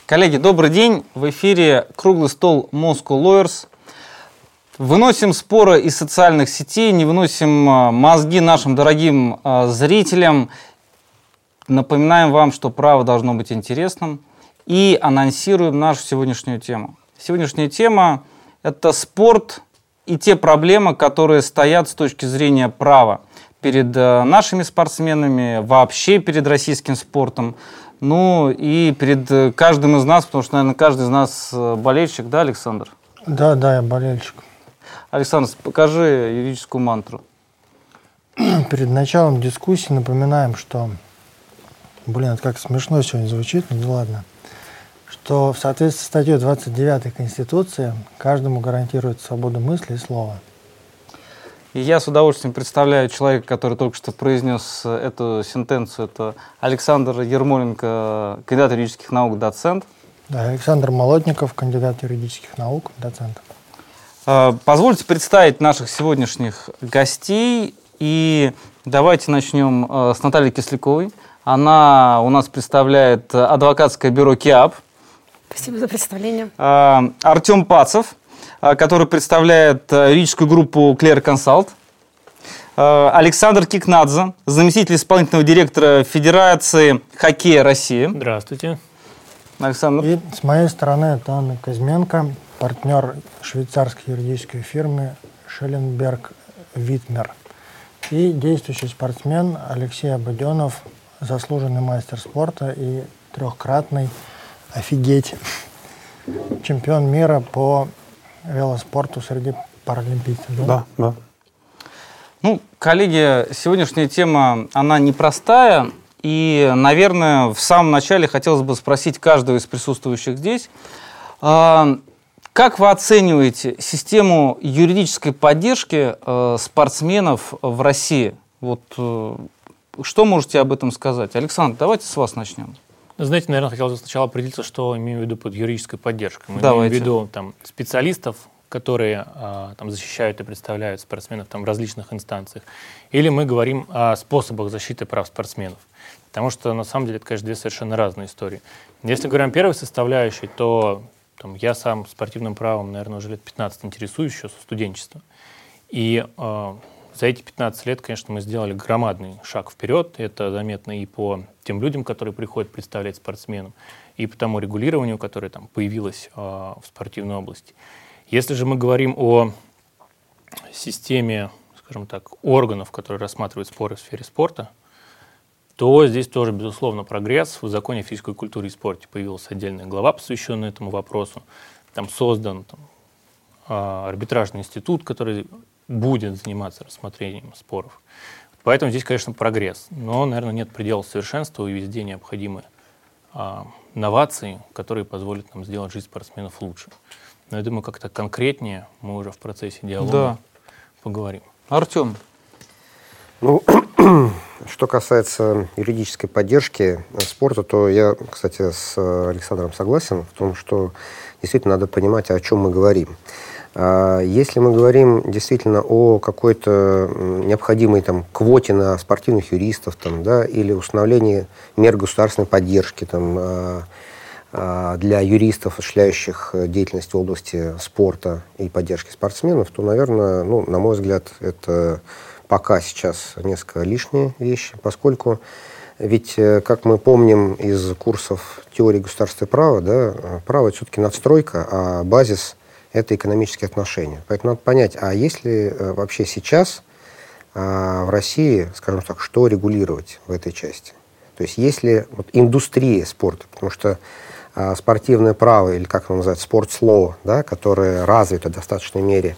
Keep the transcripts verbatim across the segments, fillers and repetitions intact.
Коллеги, добрый день. В эфире круглый стол Moscow Lawyers. Выносим споры из социальных сетей, не выносим мозги нашим дорогим зрителям. Напоминаем вам, что право должно быть интересным. И анонсируем нашу сегодняшнюю тему. Сегодняшняя тема – это спорт и те проблемы, которые стоят с точки зрения права перед нашими спортсменами, вообще перед российским спортом. Ну и перед каждым из нас, потому что, наверное, каждый из нас болельщик, да, Александр? Да, да, я болельщик. Александр, покажи юридическую мантру. Перед началом дискуссии напоминаем, что, блин, это как смешно сегодня звучит, ну ладно, что в соответствии с статьей двадцать девятой Конституции каждому гарантируется свобода мысли и слова. И я с удовольствием представляю человека, который только что произнес эту сентенцию. Это Александр Ермоленко, кандидат юридических наук, доцент. Да, Александр Молотников, кандидат юридических наук, доцент. Позвольте представить наших сегодняшних гостей. И давайте начнем с Натальи Кисляковой. Она у нас представляет адвокатское бюро КИАП. Спасибо за представление. Артем Пацев, который представляет юридическую группу Clear Consult. Александр Кикнадзе, заместитель исполнительного директора Федерации хоккея России. Здравствуйте. Александр. И с моей стороны это Анна Кузьменко, партнер швейцарской юридической фирмы Шелленберг Витмер. И действующий спортсмен Алексей Абаденов, заслуженный мастер спорта и трехкратный, офигеть, чемпион мира по велоспорту среди паралимпийцев. Да? Да, да. Ну, коллеги, сегодняшняя тема, она непростая. И, наверное, в самом начале хотелось бы спросить каждого из присутствующих здесь, э, как вы оцениваете систему юридической поддержки э, спортсменов в России? Вот, э, что можете об этом сказать? Александр, давайте с вас начнем. Знаете, наверное, хотелось бы сначала определиться, что имею в виду под юридической поддержкой. Мы Давайте. имеем в виду там, специалистов, которые а, там, защищают и представляют спортсменов там, в различных инстанциях. Или мы говорим о способах защиты прав спортсменов. Потому что, на самом деле, это, конечно, две совершенно разные истории. Если говорим о первой составляющей, то там, я сам спортивным правом, наверное, уже лет пятнадцать интересуюсь еще со студенчества. И э, за эти пятнадцать лет, конечно, мы сделали громадный шаг вперед. Это заметно и по тем людям, которые приходят представлять спортсменам, и по тому регулированию, которое там появилось э, в спортивной области. Если же мы говорим о системе, скажем так, органов, которые рассматривают споры в сфере спорта, то здесь тоже, безусловно, прогресс. В законе о физической культуре и спорте появилась отдельная глава, посвященная этому вопросу. Там создан там, арбитражный институт, который будет заниматься рассмотрением споров. Поэтому здесь, конечно, прогресс. Но, наверное, нет предела совершенства, и везде необходимы а, новации, которые позволят нам сделать жизнь спортсменов лучше. Но я думаю, как-то конкретнее мы уже в процессе диалога да. поговорим. Артем. Ну, что касается юридической поддержки спорта, то я, кстати, с Александром согласен в том, что действительно надо понимать, о чем мы говорим. Если мы говорим действительно о какой-то необходимой там, квоте на спортивных юристов там, да, или установлении мер государственной поддержки там, для юристов, осуществляющих деятельность в области спорта и поддержки спортсменов, то, наверное, ну, на мой взгляд, это пока сейчас несколько лишние вещи, поскольку ведь, как мы помним из курсов теории государства и права, да, право — это все-таки надстройка, а базис — это экономические отношения. Поэтому надо понять, а есть ли вообще сейчас а, в России, скажем так, что регулировать в этой части? То есть есть ли вот, индустрия спорта? Потому что а, спортивное право, или как оно называется, спортслоу, да, которое развито в достаточной мере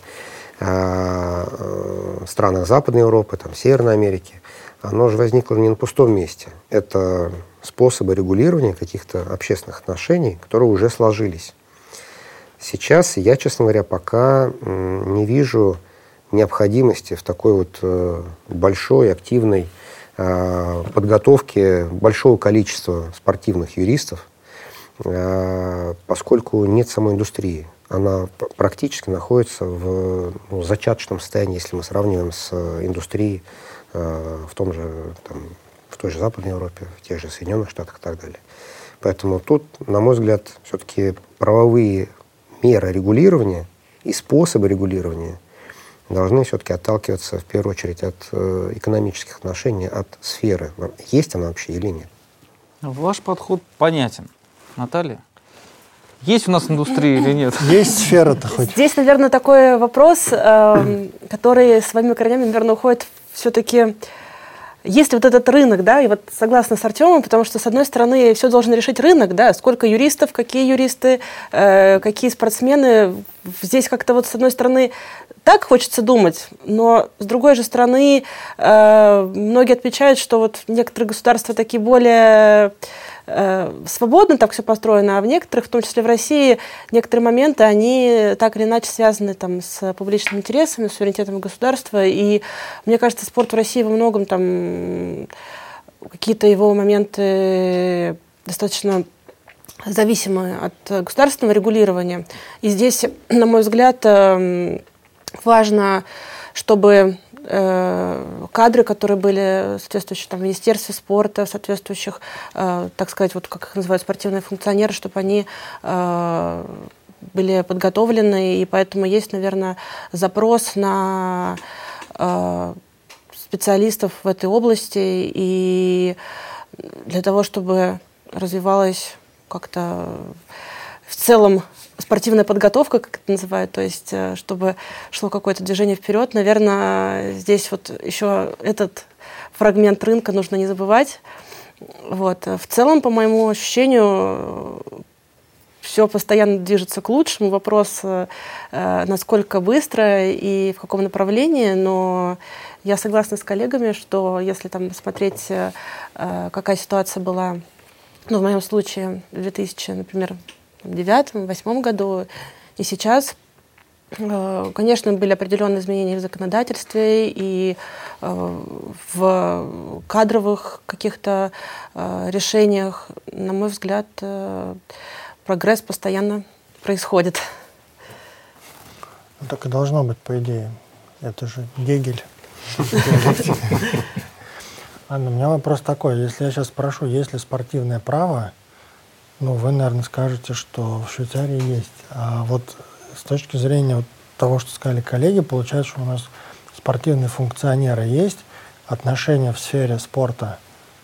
в странах Западной Европы, там, Северной Америки, оно же возникло не на пустом месте. Это способы регулирования каких-то общественных отношений, которые уже сложились. Сейчас я, честно говоря, пока не вижу необходимости в такой вот большой, активной подготовке большого количества спортивных юристов, поскольку нет самой индустрии. Она практически находится в ну, зачаточном состоянии, если мы сравниваем с индустрией э, в том же, там, в той же Западной Европе, в тех же Соединенных Штатах и так далее. Поэтому тут, на мой взгляд, все-таки правовые меры регулирования и способы регулирования должны все-таки отталкиваться в первую очередь от э, экономических отношений, от сферы. Есть она вообще или нет? Ваш подход понятен. Наталья? Есть у нас индустрия или нет? Есть сфера-то хоть? Здесь, наверное, такой вопрос, э, который своими корнями, наверное, уходит все-таки... Есть ли вот этот рынок, да, и вот согласна с Артемом, потому что, с одной стороны, все должен решить рынок, да, сколько юристов, какие юристы, э, какие спортсмены. Здесь как-то вот, с одной стороны, так хочется думать, но, с другой же стороны, э, многие отмечают, что вот некоторые государства такие более... свободно так все построено, а в некоторых, в том числе в России, некоторые моменты, они так или иначе связаны там с публичными интересами, с суверенитетом государства, и мне кажется, спорт в России во многом там какие-то его моменты достаточно зависимы от государственного регулирования. И здесь, на мой взгляд, важно, чтобы кадры, которые были соответствующие там, в Министерстве спорта, соответствующих, э, так сказать, вот как их называют, спортивные функционеры, чтобы они э, были подготовлены, и поэтому есть, наверное, запрос на э, специалистов в этой области, и для того, чтобы развивалась как-то в целом спортивная подготовка, как это называют, то есть чтобы шло какое-то движение вперед. Наверное, здесь вот еще этот фрагмент рынка нужно не забывать. Вот. В целом, по моему ощущению, все постоянно движется к лучшему. Вопрос, насколько быстро и в каком направлении, но я согласна с коллегами, что если там смотреть, какая ситуация была, ну, в моем случае, в две тысячи, например, девятом, восьмом году и сейчас, конечно, были определенные изменения в законодательстве и в кадровых каких-то решениях. На мой взгляд, прогресс постоянно происходит. Ну, так и должно быть, по идее. Это же Гегель. Анна, у меня вопрос такой. Если я сейчас спрошу, есть ли спортивное право, ну, вы, наверное, скажете, что в Швейцарии есть. А вот с точки зрения вот того, что сказали коллеги, получается, что у нас спортивные функционеры есть, отношения в сфере спорта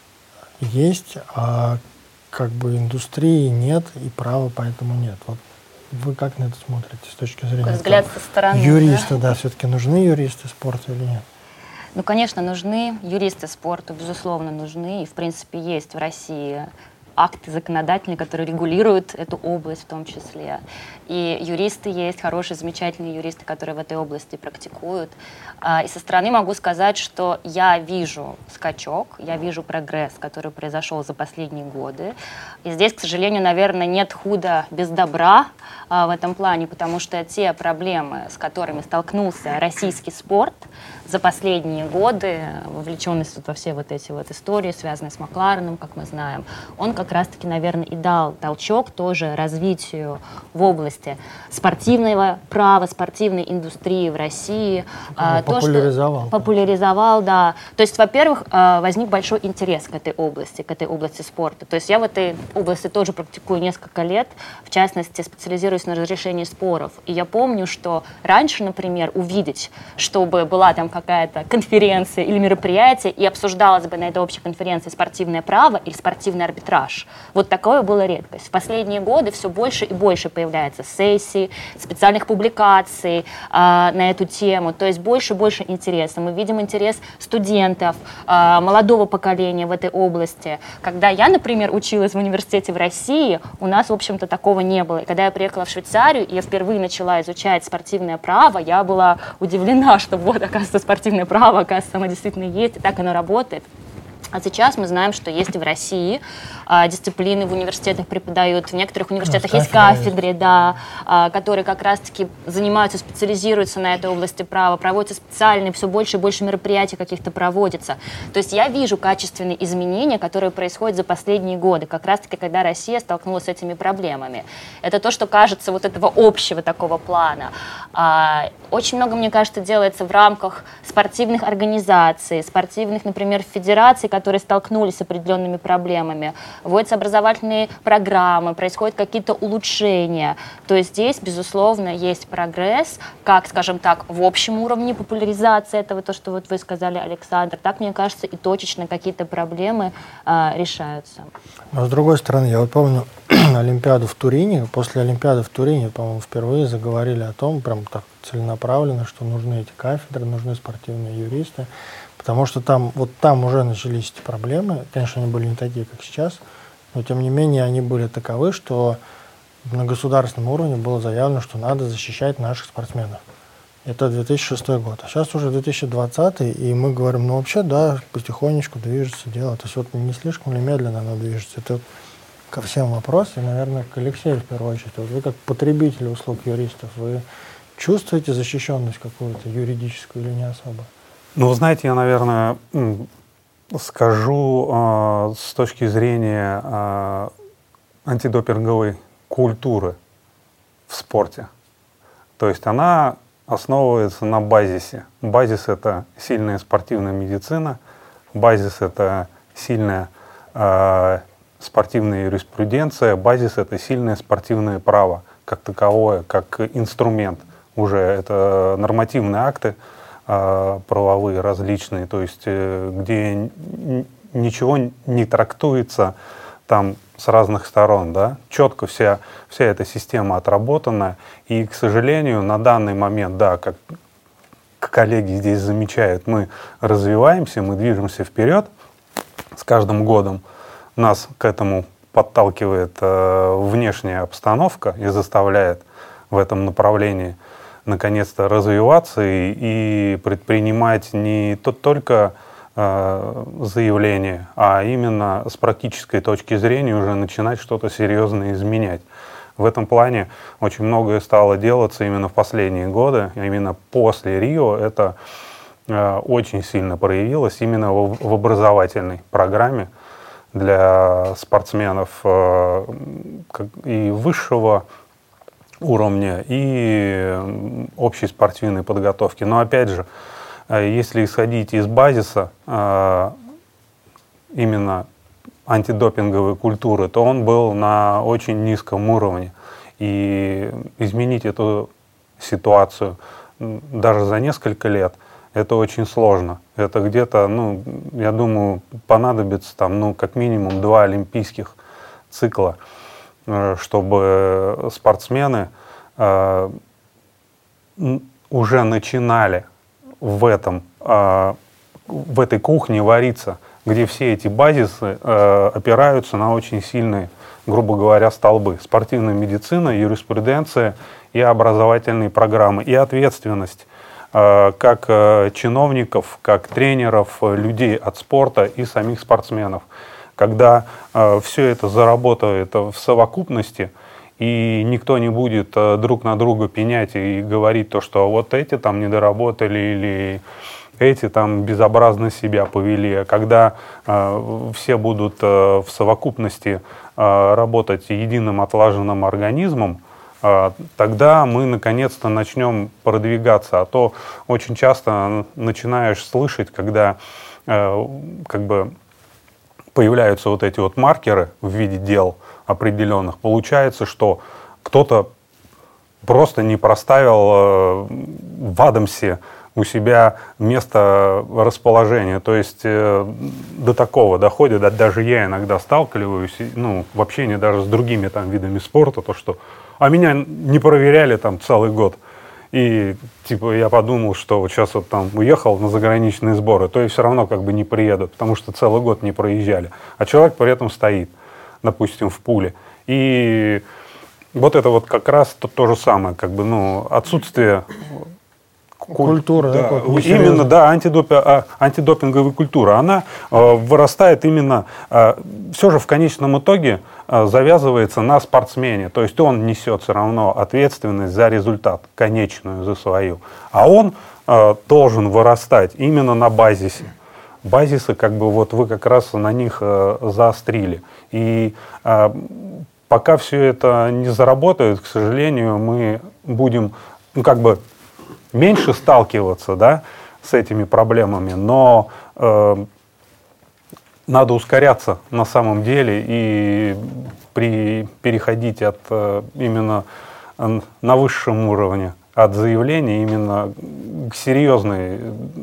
есть, а как бы индустрии нет и права поэтому нет. Вот вы как на это смотрите с точки зрения взгляд со стороны, юриста, да, да? да, все-таки нужны юристы спорта или нет? Ну, конечно, нужны юристы спорта, безусловно, нужны. И, в принципе, есть в России акты законодательные, которые регулируют эту область в том числе. И юристы есть, хорошие, замечательные юристы, которые в этой области практикуют. И со стороны могу сказать, что я вижу скачок, я вижу прогресс, который произошел за последние годы. И здесь, к сожалению, наверное, нет худа без добра в этом плане, потому что те проблемы, с которыми столкнулся российский спорт за последние годы, вовлеченность во все вот эти вот истории, связанные с Маклареном, как мы знаем, он как раз-таки, наверное, и дал толчок тоже развитию в области спортивного права, спортивной индустрии в России. Ну, популяризовал. То, что популяризовал, да. То есть, во-первых, возник большой интерес к этой области, к этой области спорта. То есть я в этой области тоже практикую несколько лет, в частности, специализируюсь на разрешении споров. И я помню, что раньше, например, увидеть, чтобы была там какая-то конференция или мероприятие, и обсуждалось бы на этой общей конференции спортивное право или спортивный арбитраж. Вот такое было редкость. В последние годы все больше и больше появляется сессий, специальных публикаций э, на эту тему. То есть больше и больше интереса. Мы видим интерес студентов, э, молодого поколения в этой области. Когда я, например, училась в университете в России, у нас, в общем-то, такого не было. И когда я приехала в Швейцарию, и я впервые начала изучать спортивное право, я была удивлена, что вот, оказывается, спортивное право, оказывается, оно действительно есть, и так оно работает. А сейчас мы знаем, что есть и в России а, дисциплины, в университетах преподают, в некоторых университетах есть кафедры, да, а, которые как раз-таки занимаются, специализируются на этой области права, проводятся специальные, все больше и больше мероприятий каких-то проводятся. То есть я вижу качественные изменения, которые происходят за последние годы, как раз-таки, когда Россия столкнулась с этими проблемами. Это то, что кажется вот этого общего такого плана. А, очень много, мне кажется, делается в рамках спортивных организаций, спортивных, например, федераций, которые столкнулись с определенными проблемами, вводятся образовательные программы, происходят какие-то улучшения. То есть здесь, безусловно, есть прогресс, как, скажем так, в общем уровне популяризации этого, то, что вот вы сказали, Александр, так, мне кажется, и точечно какие-то проблемы а, решаются. Но с другой стороны, я вот помню Олимпиаду в Турине, после Олимпиады в Турине, по-моему, впервые заговорили о том, прям так целенаправленно, что нужны эти кафедры, нужны спортивные юристы, потому что там, вот там уже начались эти проблемы, конечно, они были не такие, как сейчас, но тем не менее они были таковы, что на государственном уровне было заявлено, что надо защищать наших спортсменов. Это две тысячи шестой год. А сейчас уже две тысячи двадцатый, и мы говорим, ну вообще, да, потихонечку движется дело. То есть вот не слишком ли медленно оно движется. Это вот ко всем вопросам, наверное, к Алексею в первую очередь. Вот вы как потребители услуг юристов, вы чувствуете защищенность какую-то юридическую или не особо? Ну, знаете, я, наверное, скажу э, с точки зрения э, антидопинговой культуры в спорте. То есть она основывается на базисе. Базис — это сильная спортивная медицина, базис — это сильная э, спортивная юриспруденция, базис — это сильное спортивное право как таковое, как инструмент. Уже это нормативные акты э, правовые различные, то есть э, где ничего не трактуется там с разных сторон, да, четко вся, вся эта система отработана, и, к сожалению, на данный момент, да, как коллеги здесь замечают, мы развиваемся, мы движемся вперед, с каждым годом нас к этому подталкивает э, внешняя обстановка и заставляет в этом направлении наконец-то развиваться и, и предпринимать не то, только заявление, а именно с практической точки зрения уже начинать что-то серьезно изменять. В этом плане очень многое стало делаться именно в последние годы, а именно после Рио это э, очень сильно проявилось именно в, в образовательной программе для спортсменов э, и высшего уровня, и общей спортивной подготовки. Но опять же, если исходить из базиса э, именно антидопинговой культуры, то он был на очень низком уровне. И изменить эту ситуацию даже за несколько лет — это очень сложно. Это где-то, ну, я думаю, понадобится там, ну, как минимум два олимпийских цикла, э, чтобы спортсмены э, уже начинали в этом, э, в этой кухне вариться, где все эти базисы э, опираются на очень сильные, грубо говоря, столбы: спортивная медицина, юриспруденция и образовательные программы, и ответственность э, как э, чиновников, как тренеров, э, людей от спорта и самих спортсменов. Когда э, все это заработает в совокупности, и никто не будет э, друг на друга пенять и говорить то, что вот эти там не доработали или эти там безобразно себя повели. А когда э, все будут э, в совокупности э, работать единым отлаженным организмом, э, тогда мы наконец-то начнем продвигаться. А то очень часто начинаешь слышать, когда э, как бы появляются вот эти вот маркеры в виде дел определенных, получается, что кто-то просто не проставил э, в Адамсе у себя место расположения. То есть э, до такого доходит, да, даже я иногда сталкиваюсь, ну, в общении даже с другими там видами спорта, то что, а меня не проверяли там целый год. И типа я подумал, что вот сейчас вот там уехал на заграничные сборы, то и все равно как бы не приедут, потому что целый год не проезжали. А человек при этом стоит, допустим, в пуле. И вот это вот как раз то, то же самое, как бы, ну, отсутствие культура, да, да, именно, да, антидопи, а, антидопинговая культура, она э, вырастает именно, э, все же в конечном итоге э, завязывается на спортсмене, то есть он несет все равно ответственность за результат, конечную, за свою, а он э, должен вырастать именно на базисе. Базисы, как бы, вот вы как раз на них э, заострили. И э, пока все это не заработает, к сожалению, мы будем, ну, как бы, меньше сталкиваться, да, с этими проблемами, но э, надо ускоряться на самом деле и при, переходить от именно на высшем уровне, от заявления именно к серьезной,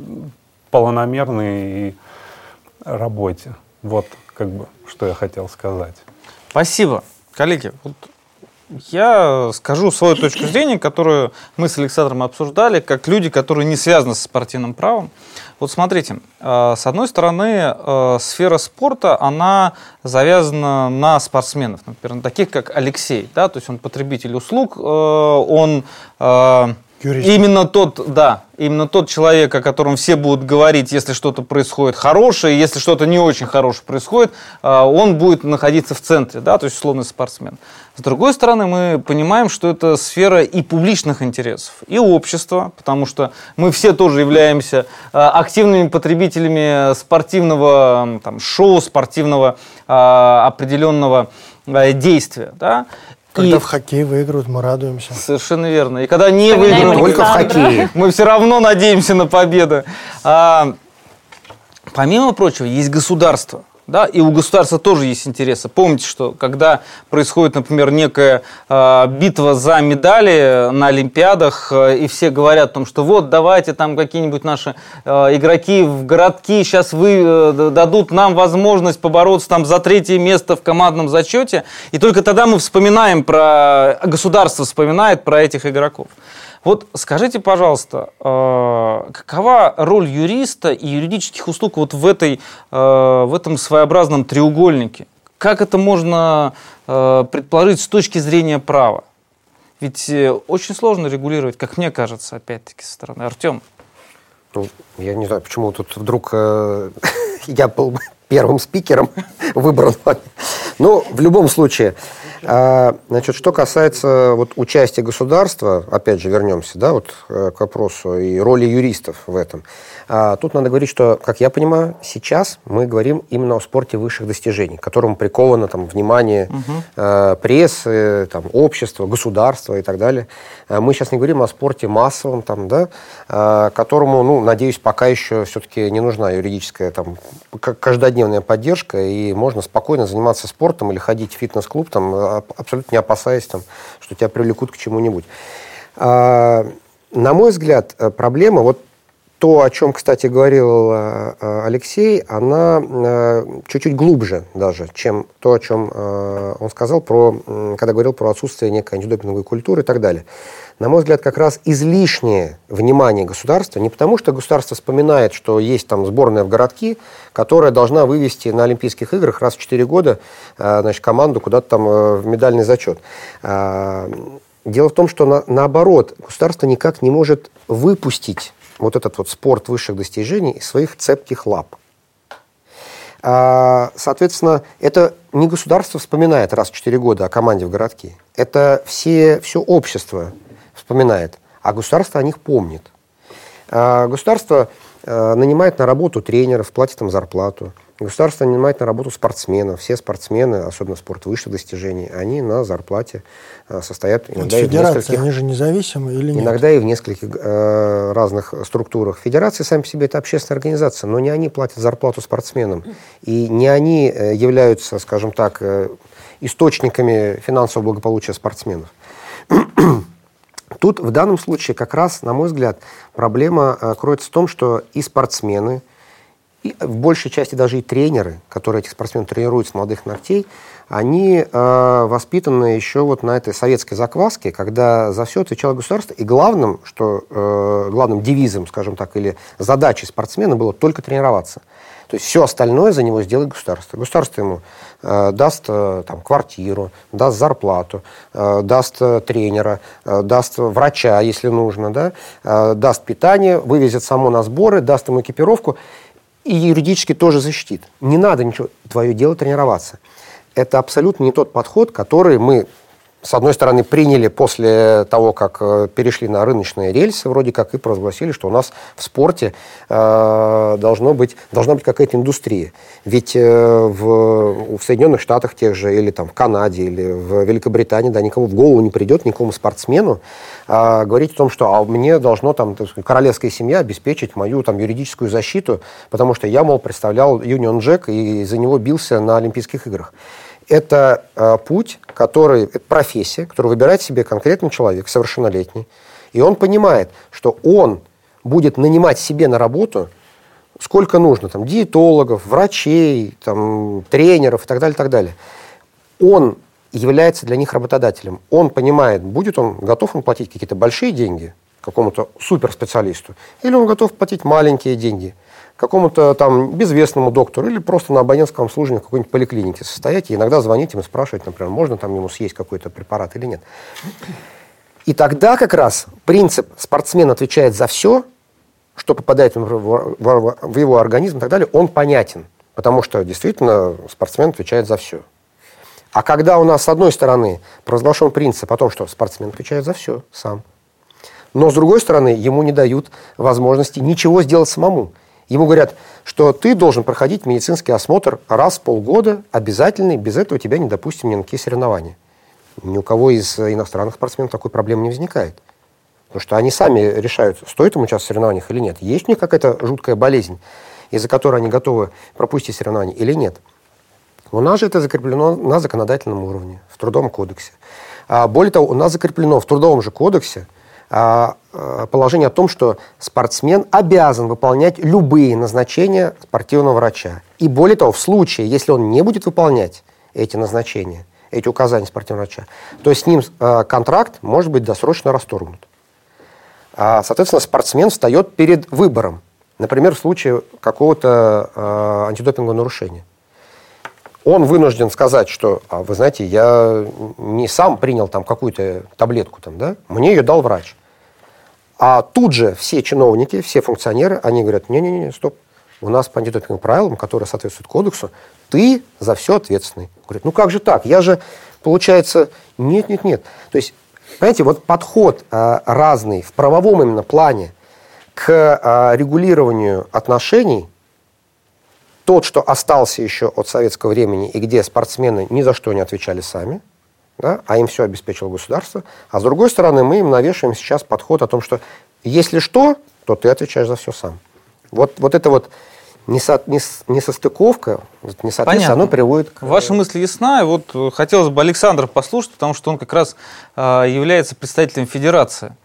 планомерной работе. Вот как бы, что я хотел сказать. Спасибо. Коллеги, вот я скажу свою точку зрения, которую мы с Александром обсуждали, как люди, которые не связаны со спортивным правом. Вот смотрите, с одной стороны, сфера спорта, она завязана на спортсменов, например, на таких, как Алексей, да, то есть он потребитель услуг, он Юрист. именно тот, да, именно тот человек, о котором все будут говорить, если что-то происходит хорошее, если что-то не очень хорошее происходит, он будет находиться в центре, да, то есть условный спортсмен. С другой стороны, мы понимаем, что это сфера и публичных интересов, и общества, потому что мы все тоже являемся активными потребителями спортивного там, шоу, спортивного определенного действия, да. Когда И... в хоккей выиграют, мы радуемся. Совершенно верно. И когда не Вспоминаем выиграют, Только в хоккее. мы все равно надеемся на победу. А, помимо прочего, есть государство. Да, и у государства тоже есть интересы. Помните, что когда происходит, например, некая э, битва за медали на Олимпиадах, э, и все говорят о том, что вот, давайте там какие-нибудь наши э, игроки в городки сейчас вы, э, дадут нам возможность побороться там за третье место в командном зачете, и только тогда мы вспоминаем про... Государство вспоминает про этих игроков. Вот скажите, пожалуйста, э, какова роль юриста и юридических услуг вот в, этой, э, в этом своеобразном треугольнике? Как это можно э, предположить с точки зрения права? Ведь э, очень сложно регулировать, как мне кажется, опять-таки, со стороны. Артем? Ну, я не знаю, почему тут вдруг э, я был первым спикером выбран. Но в любом случае... А, значит, что касается вот, участия государства, опять же, вернемся да, вот, к вопросу и роли юристов в этом. А, тут надо говорить, что, как я понимаю, сейчас мы говорим именно о спорте высших достижений, к которому приковано там, внимание угу. а, прессы, там, общества, государства и так далее. А, мы сейчас не говорим о спорте массовом, там, да, а, которому, ну, надеюсь, пока еще все-таки не нужна юридическая там, каждодневная поддержка, и можно спокойно заниматься спортом или ходить в фитнес-клуб, там, абсолютно не опасаясь, там, что тебя привлекут к чему-нибудь. А, на мой взгляд, проблема, вот то, о чем, кстати, говорил а, Алексей, она а, чуть-чуть глубже даже, чем то, о чем а, он сказал, про, когда говорил про отсутствие некой антидопинговой культуры и так далее. На мой взгляд, как раз излишнее внимание государства, не потому что государство вспоминает, что есть там сборная в городки, которая должна вывести на Олимпийских играх раз в четыре года значит, команду куда-то там в медальный зачет. Дело в том, что на, наоборот, государство никак не может выпустить вот этот вот спорт высших достижений из своих цепких лап. Соответственно, это не государство вспоминает раз в четыре года о команде в городке, это все, все общество вспоминает, а государство о них помнит. А государство а, нанимает на работу тренеров, платит им зарплату. Государство нанимает на работу спортсменов. Все спортсмены, особенно спорт высших достижений, они на зарплате а, состоят иногда и в нескольких... Они же независимы или нет? Иногда и в нескольких а, разных структурах. Федерации сами по себе это общественная организация, но не они платят зарплату спортсменам. И не они являются, скажем так, источниками финансового благополучия спортсменов. Тут в данном случае как раз, на мой взгляд, проблема э, кроется в том, что и спортсмены, и в большей части даже и тренеры, которые этих спортсменов тренируют с молодых ногтей, они э, воспитаны еще вот на этой советской закваске, когда за все отвечало государство. И главным, что, э, главным девизом, скажем так, или задачей спортсмена было только тренироваться. То есть все остальное за него сделает государство. Государство ему э, даст э, там, квартиру, даст зарплату, э, даст э, тренера, э, даст врача, если нужно, да, э, даст питание, вывезет само на сборы, даст ему экипировку и юридически тоже защитит. Не надо ничего, твое дело тренироваться. Это абсолютно не тот подход, который мы с одной стороны, приняли после того, как э, перешли на рыночные рельсы, вроде как и провозгласили, что у нас в спорте э, должно быть, должна быть какая-то индустрия. Ведь э, в, в Соединенных Штатах тех же, или там в Канаде, или в Великобритании, да, никому в голову не придет, никакому спортсмену э, говорить о том, что а мне должно там, так сказать, королевская семья обеспечить мою там юридическую защиту, потому что я, мол, представлял Union Jack и за него бился на Олимпийских играх. Это э, путь, который, это профессия, которую выбирает себе конкретный человек, совершеннолетний. И он понимает, что он будет нанимать себе на работу сколько нужно, там, диетологов, врачей, там, тренеров и так далее, и так далее. Он является для них работодателем. Он понимает, будет он, готов он платить какие-то большие деньги какому-то суперспециалисту, или он готов платить маленькие деньги какому-то там безвестному доктору или просто на абонентском обслуживании в какой-нибудь поликлинике состоять и иногда звонить им и спрашивать, например, можно там ему съесть какой-то препарат или нет. И тогда как раз принцип «спортсмен отвечает за все», что попадает в его, в его организм и так далее, он понятен, потому что действительно спортсмен отвечает за все. А когда у нас с одной стороны провозглашен принцип о том, что спортсмен отвечает за все сам, но с другой стороны ему не дают возможности ничего сделать самому. Ему говорят, что ты должен проходить медицинский осмотр раз в полгода, обязательный, без этого тебя не допустим ни на какие соревнования. Ни у кого из иностранных спортсменов такой проблемы не возникает. Потому что они сами решают, стоит им участвовать в соревнованиях или нет. Есть у них какая-то жуткая болезнь, из-за которой они готовы пропустить соревнования или нет. У нас же это закреплено на законодательном уровне, в Трудовом кодексе. А более того, у нас закреплено в Трудовом же кодексе положение о том, что спортсмен обязан выполнять любые назначения спортивного врача. И более того, в случае, если он не будет выполнять эти назначения, эти указания спортивного врача, то с ним контракт может быть досрочно расторгнут. Соответственно, спортсмен встает перед выбором. Например, в случае какого-то антидопингового нарушения. Он вынужден сказать, что, а вы знаете, я не сам принял там какую-то таблетку, там, да? Мне ее дал врач. А тут же все чиновники, все функционеры, они говорят, не-не-не, стоп, у нас по антидопинговым правилам, которые соответствуют кодексу, ты за все ответственный. Говорят, ну как же так? Я же, получается, нет-нет-нет. То есть, понимаете, вот подход а, разный в правовом именно плане к а, регулированию отношений, тот, что остался еще от советского времени, и где спортсмены ни за что не отвечали сами, да, а им все обеспечило государство. А с другой стороны, мы им навешиваем сейчас подход о том, что если что, то ты отвечаешь за все сам. Вот, вот это вот несо, нес, несостыковка, несоответствие, оно приводит к... Ваша мысль ясна. И вот хотелось бы Александра послушать, потому что он как раз э, является представителем федерации.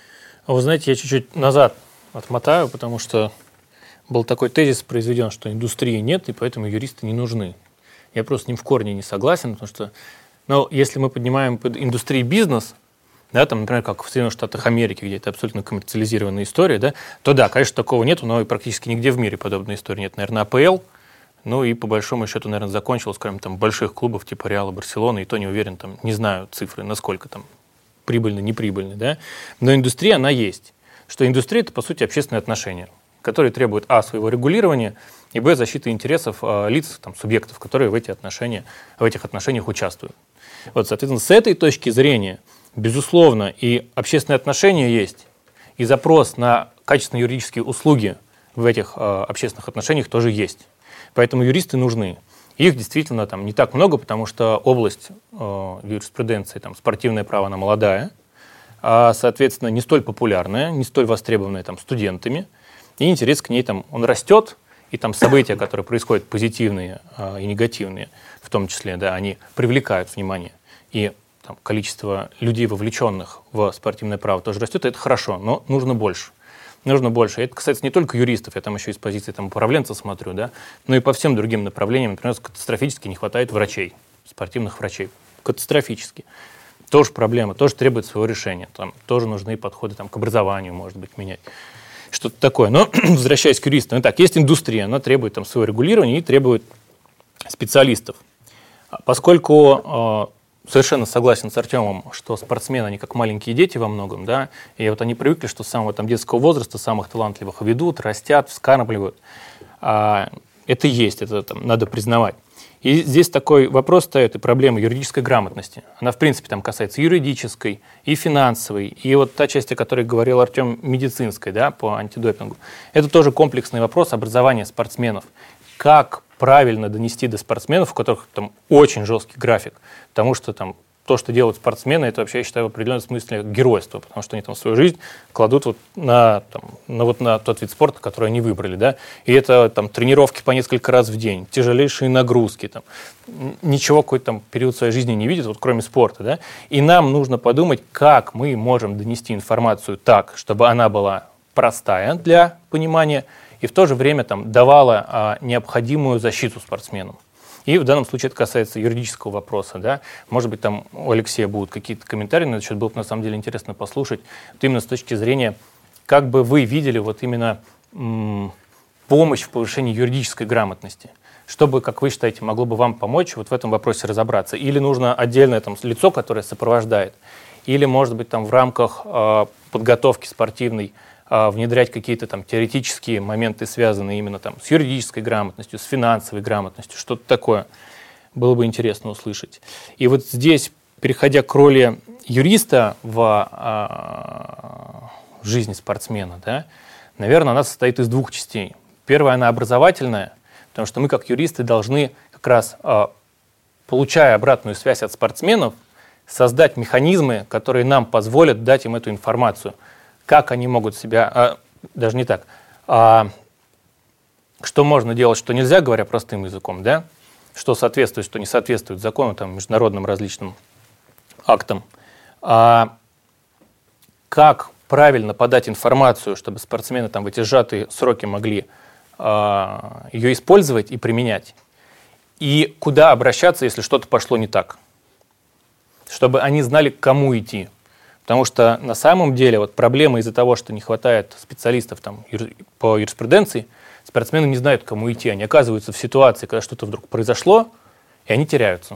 Вы знаете, я чуть-чуть назад отмотаю, потому что был такой тезис произведен, что индустрии нет, и поэтому юристы не нужны. Я просто с ним в корне не согласен, потому что, ну, если мы поднимаем под индустрией бизнес, да, там, например, как в Соединенных Штатах Америки, где это абсолютно коммерциализированная история, да, то да, конечно, такого нет, но и практически нигде в мире подобной истории нет. Наверное, АПЛ, ну и по большому счету, наверное, закончилось, кроме там больших клубов типа Реала, Барселоны, и то не уверен, там, не знаю цифры, насколько там прибыльны, неприбыльны, да, но индустрия, она есть. Что индустрия – это, по сути, общественные отношения, которые требуют, а, своего регулирования, и, б, защиты интересов а, лиц, там, субъектов, которые в, эти отношения, в этих отношениях участвуют. Вот, соответственно, с этой точки зрения, безусловно, и общественные отношения есть, и запрос на качественные юридические услуги в этих а, общественных отношениях тоже есть. Поэтому юристы нужны. Их действительно там не так много, потому что область а, юриспруденции, там, спортивное право, она молодая, а, соответственно, не столь популярная, не столь востребованная там, студентами, и интерес к ней там, он растет, и там события, которые происходят позитивные а, и негативные, в том числе, да, они привлекают внимание, и там, количество людей, вовлеченных в спортивное право, тоже растет, и это хорошо, но нужно больше. Нужно больше. И это касается не только юристов, я там еще из позиции там, управленца смотрю, да, но и по всем другим направлениям. Например, катастрофически не хватает врачей, спортивных врачей. Катастрофически. Тоже проблема, тоже требует своего решения. Там тоже нужны подходы там, к образованию, может быть, менять. Что-то такое. Но, возвращаясь к юристам, итак, есть индустрия, она требует там, своего регулирования и требует специалистов. Поскольку э, совершенно согласен с Артемом, что спортсмены, они как маленькие дети во многом, да, и вот они привыкли, что с самого там, детского возраста самых талантливых ведут, растят, вскармливают. А это есть, это там, надо признавать. И здесь такой вопрос стоит, и проблема юридической грамотности. Она, в принципе, там касается юридической, и финансовой, и вот та часть, о которой говорил Артем, медицинской, да, по антидопингу. Это тоже комплексный вопрос образования спортсменов. Как правильно донести до спортсменов, у которых там очень жесткий график, потому что там то, что делают спортсмены, это вообще, я считаю, в определенном смысле геройство, потому что они там свою жизнь кладут вот на, там, на, вот на тот вид спорта, который они выбрали, да, и это там тренировки по несколько раз в день, тяжелейшие нагрузки, там, ничего какой-то там период своей жизни не видят, вот кроме спорта, да, и нам нужно подумать, как мы можем донести информацию так, чтобы она была простая для понимания и в то же время там давала а, необходимую защиту спортсменам. И в данном случае это касается юридического вопроса. Да? Может быть, там у Алексея будут какие-то комментарии на этот счет. Было бы на самом деле интересно послушать. Вот именно с точки зрения, как бы вы видели вот именно м- помощь в повышении юридической грамотности. Что бы, как вы считаете, могло бы вам помочь вот в этом вопросе разобраться? Или нужно отдельное там лицо, которое сопровождает? Или, может быть, там в рамках э, подготовки спортивной внедрять какие-то там теоретические моменты, связанные именно там с юридической грамотностью, с финансовой грамотностью, что-то такое. Было бы интересно услышать. И вот здесь, переходя к роли юриста в а, жизни спортсмена, да, наверное, она состоит из двух частей. Первая, она образовательная, потому что мы, как юристы, должны как раз, а, получая обратную связь от спортсменов, создать механизмы, которые нам позволят дать им эту информацию. Как они могут себя, а, даже не так, а, что можно делать, что нельзя, говоря простым языком, да? Что соответствует, что не соответствует закону, там, международным различным актам. А, как правильно подать информацию, чтобы спортсмены там, в эти сжатые сроки могли а, ее использовать и применять. И куда обращаться, если что-то пошло не так. Чтобы они знали, к кому идти. Потому что на самом деле вот проблема из-за того, что не хватает специалистов там, по юриспруденции, спортсмены не знают, к кому идти. Они оказываются в ситуации, когда что-то вдруг произошло, и они теряются.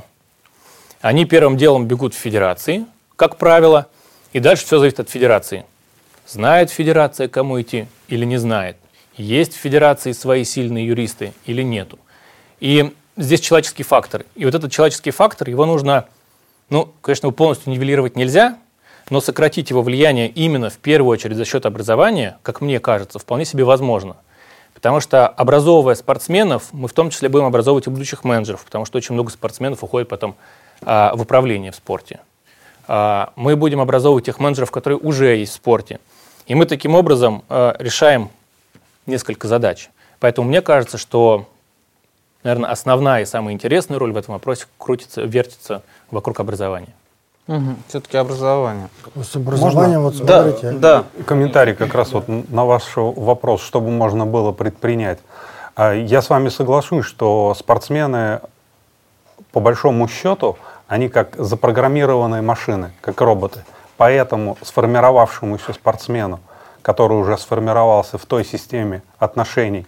Они первым делом бегут в федерации, как правило, и дальше все зависит от федерации. Знает федерация, к кому идти или не знает. Есть в федерации свои сильные юристы или нету. И здесь человеческий фактор. И вот этот человеческий фактор, его нужно, ну, конечно, его полностью нивелировать нельзя, но сократить его влияние именно в первую очередь за счет образования, как мне кажется, вполне себе возможно. Потому что, образовывая спортсменов, мы в том числе будем образовывать и будущих менеджеров, потому что очень много спортсменов уходит потом а, в управление в спорте. А, мы будем образовывать тех менеджеров, которые уже есть в спорте. И мы таким образом а, решаем несколько задач. Поэтому мне кажется, что, наверное, основная и самая интересная роль в этом вопросе крутится, вертится вокруг образования. Угу. Все-таки образование. С образованием, вот да, смотрите. Да. Комментарий как раз вот на ваш вопрос, что бы можно было предпринять. Я с вами соглашусь, что спортсмены, по большому счету, они как запрограммированные машины, как роботы. Поэтому сформировавшемуся спортсмену, который уже сформировался в той системе отношений,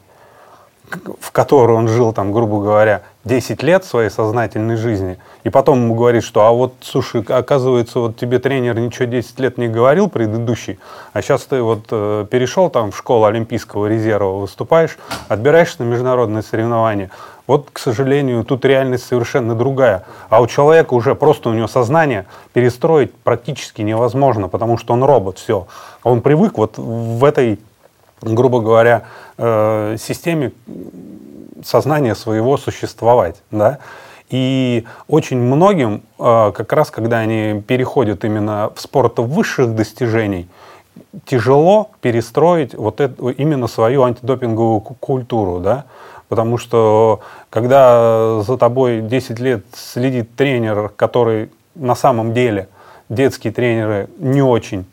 в которой он жил, там, грубо говоря, десять лет своей сознательной жизни, и потом ему говорит, что а вот, слушай, оказывается, вот тебе тренер ничего десять лет не говорил предыдущий, а сейчас ты вот э, перешел там в школу Олимпийского резерва, выступаешь, отбираешься на международные соревнования. Вот, к сожалению, тут реальность совершенно другая. А у человека уже просто, у него сознание перестроить практически невозможно, потому что он робот, все. Он привык вот в этой, грубо говоря, э, системе сознания своего существовать, да. И очень многим, э, как раз когда они переходят именно в спорт высших достижений, тяжело перестроить вот это, именно свою антидопинговую культуру, да. Потому что когда за тобой десять лет следит тренер, который на самом деле, детские тренеры не очень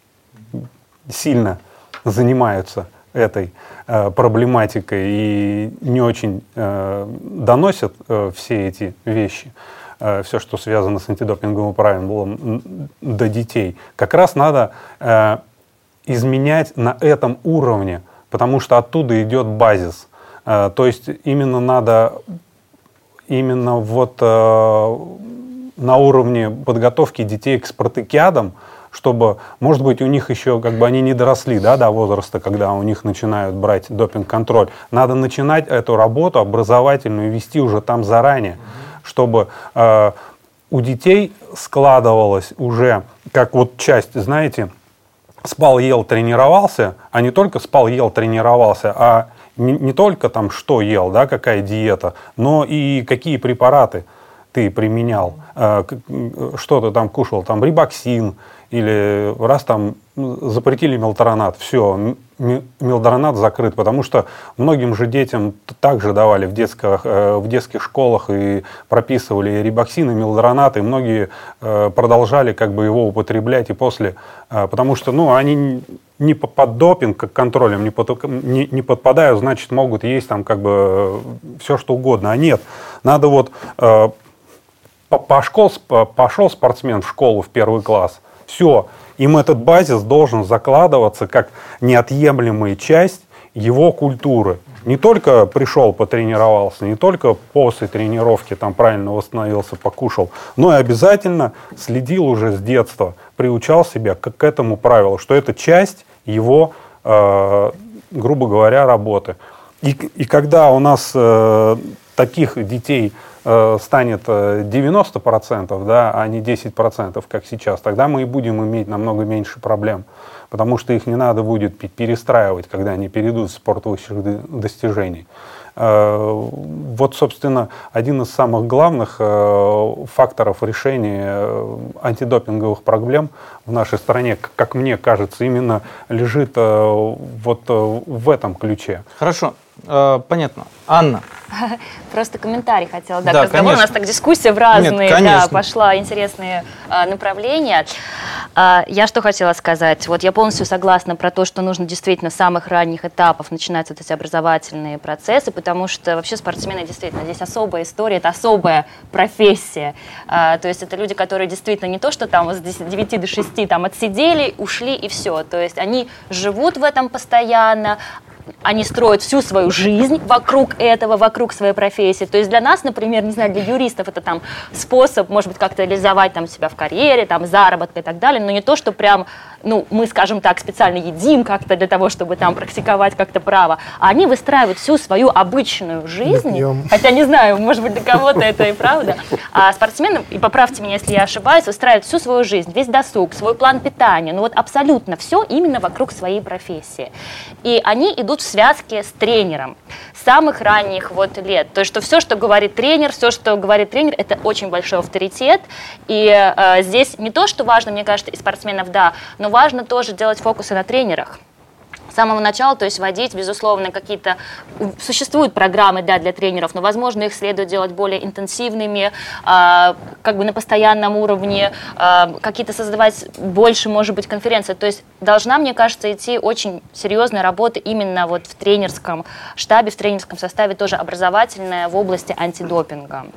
сильно занимаются этой э, проблематикой и не очень э, доносят э, все эти вещи, э, все, что связано с антидопинговым правилом, до детей, как раз надо э, изменять на этом уровне, потому что оттуда идет базис. Э, то есть именно надо именно вот э, на уровне подготовки детей к спартакиадам, чтобы, может быть, у них еще, как бы они не доросли, да, до возраста, когда у них начинают брать допинг-контроль. Надо начинать эту работу образовательную вести уже там заранее, чтобы э, у детей складывалось уже, как вот часть, знаете, спал, ел, тренировался, а не только спал, ел, тренировался, а не, не только там что ел, да, какая диета, но и какие препараты ты применял, э, что ты там кушал, там рибоксин, или раз там запретили мелдронат, все, мелдронат закрыт, потому что многим же детям также давали в, детских, в детских школах и прописывали рибоксин и мелдронат, и многие продолжали как бы его употреблять и после, потому что, ну, они не под допинг контролем не, под, не, не подпадают, значит, могут есть там как бы все что угодно, а нет, надо вот пошел, пошел спортсмен в школу в первый класс, все, им этот базис должен закладываться как неотъемлемая часть его культуры. Не только пришел, потренировался, не только после тренировки там правильно восстановился, покушал, но и обязательно следил уже с детства, приучал себя к, к этому правилу, что это часть его, э, грубо говоря, работы. И, и когда у нас э, таких детей станет девяносто процентов, да, а не десять процентов, как сейчас, тогда мы и будем иметь намного меньше проблем, потому что их не надо будет перестраивать, когда они перейдут в спорт высших достижений. Вот, собственно, один из самых главных факторов решения антидопинговых проблем в нашей стране, как мне кажется, именно лежит вот в этом ключе. Хорошо, понятно. Анна. Просто комментарий хотела. Да, да, к разговору. У нас так дискуссия в разные, Нет, да, пошла, интересные а, направления. А, я что хотела сказать? Вот я полностью согласна про то, что нужно действительно с самых ранних этапов начинать вот эти образовательные процессы, потому что вообще спортсмены действительно здесь особая история, это особая профессия. А, то есть это люди, которые действительно не то, что там с девяти до шести там отсидели, ушли и все. То есть они живут в этом постоянно, они строят всю свою жизнь вокруг этого, вокруг своей профессии. То есть для нас, например, не знаю, для юристов это там способ, может быть, как-то реализовать там себя в карьере, там заработка и так далее, но не то, что прям, ну, мы, скажем так, специально едим как-то для того, чтобы там практиковать как-то право. А они выстраивают всю свою обычную жизнь, Пьем. хотя не знаю, может быть, для кого-то это и правда. А спортсмены, и поправьте меня, если я ошибаюсь, выстраивают всю свою жизнь, весь досуг, свой план питания, ну вот абсолютно все именно вокруг своей профессии. И они идут в связке с тренером с самых ранних вот лет. То есть, что все, что говорит тренер, все, что говорит тренер, это очень большой авторитет. И э, здесь не то, что важно, мне кажется, и спортсменов, да, но важно тоже делать фокусы на тренерах. С самого начала, то есть вводить, безусловно, какие-то... Существуют программы, да, для тренеров, но, возможно, их следует делать более интенсивными, э, как бы на постоянном уровне, э, какие-то создавать больше, может быть, конференции. То есть должна, мне кажется, идти очень серьезная работа именно вот в тренерском штабе, в тренерском составе, тоже образовательная в области антидопинга.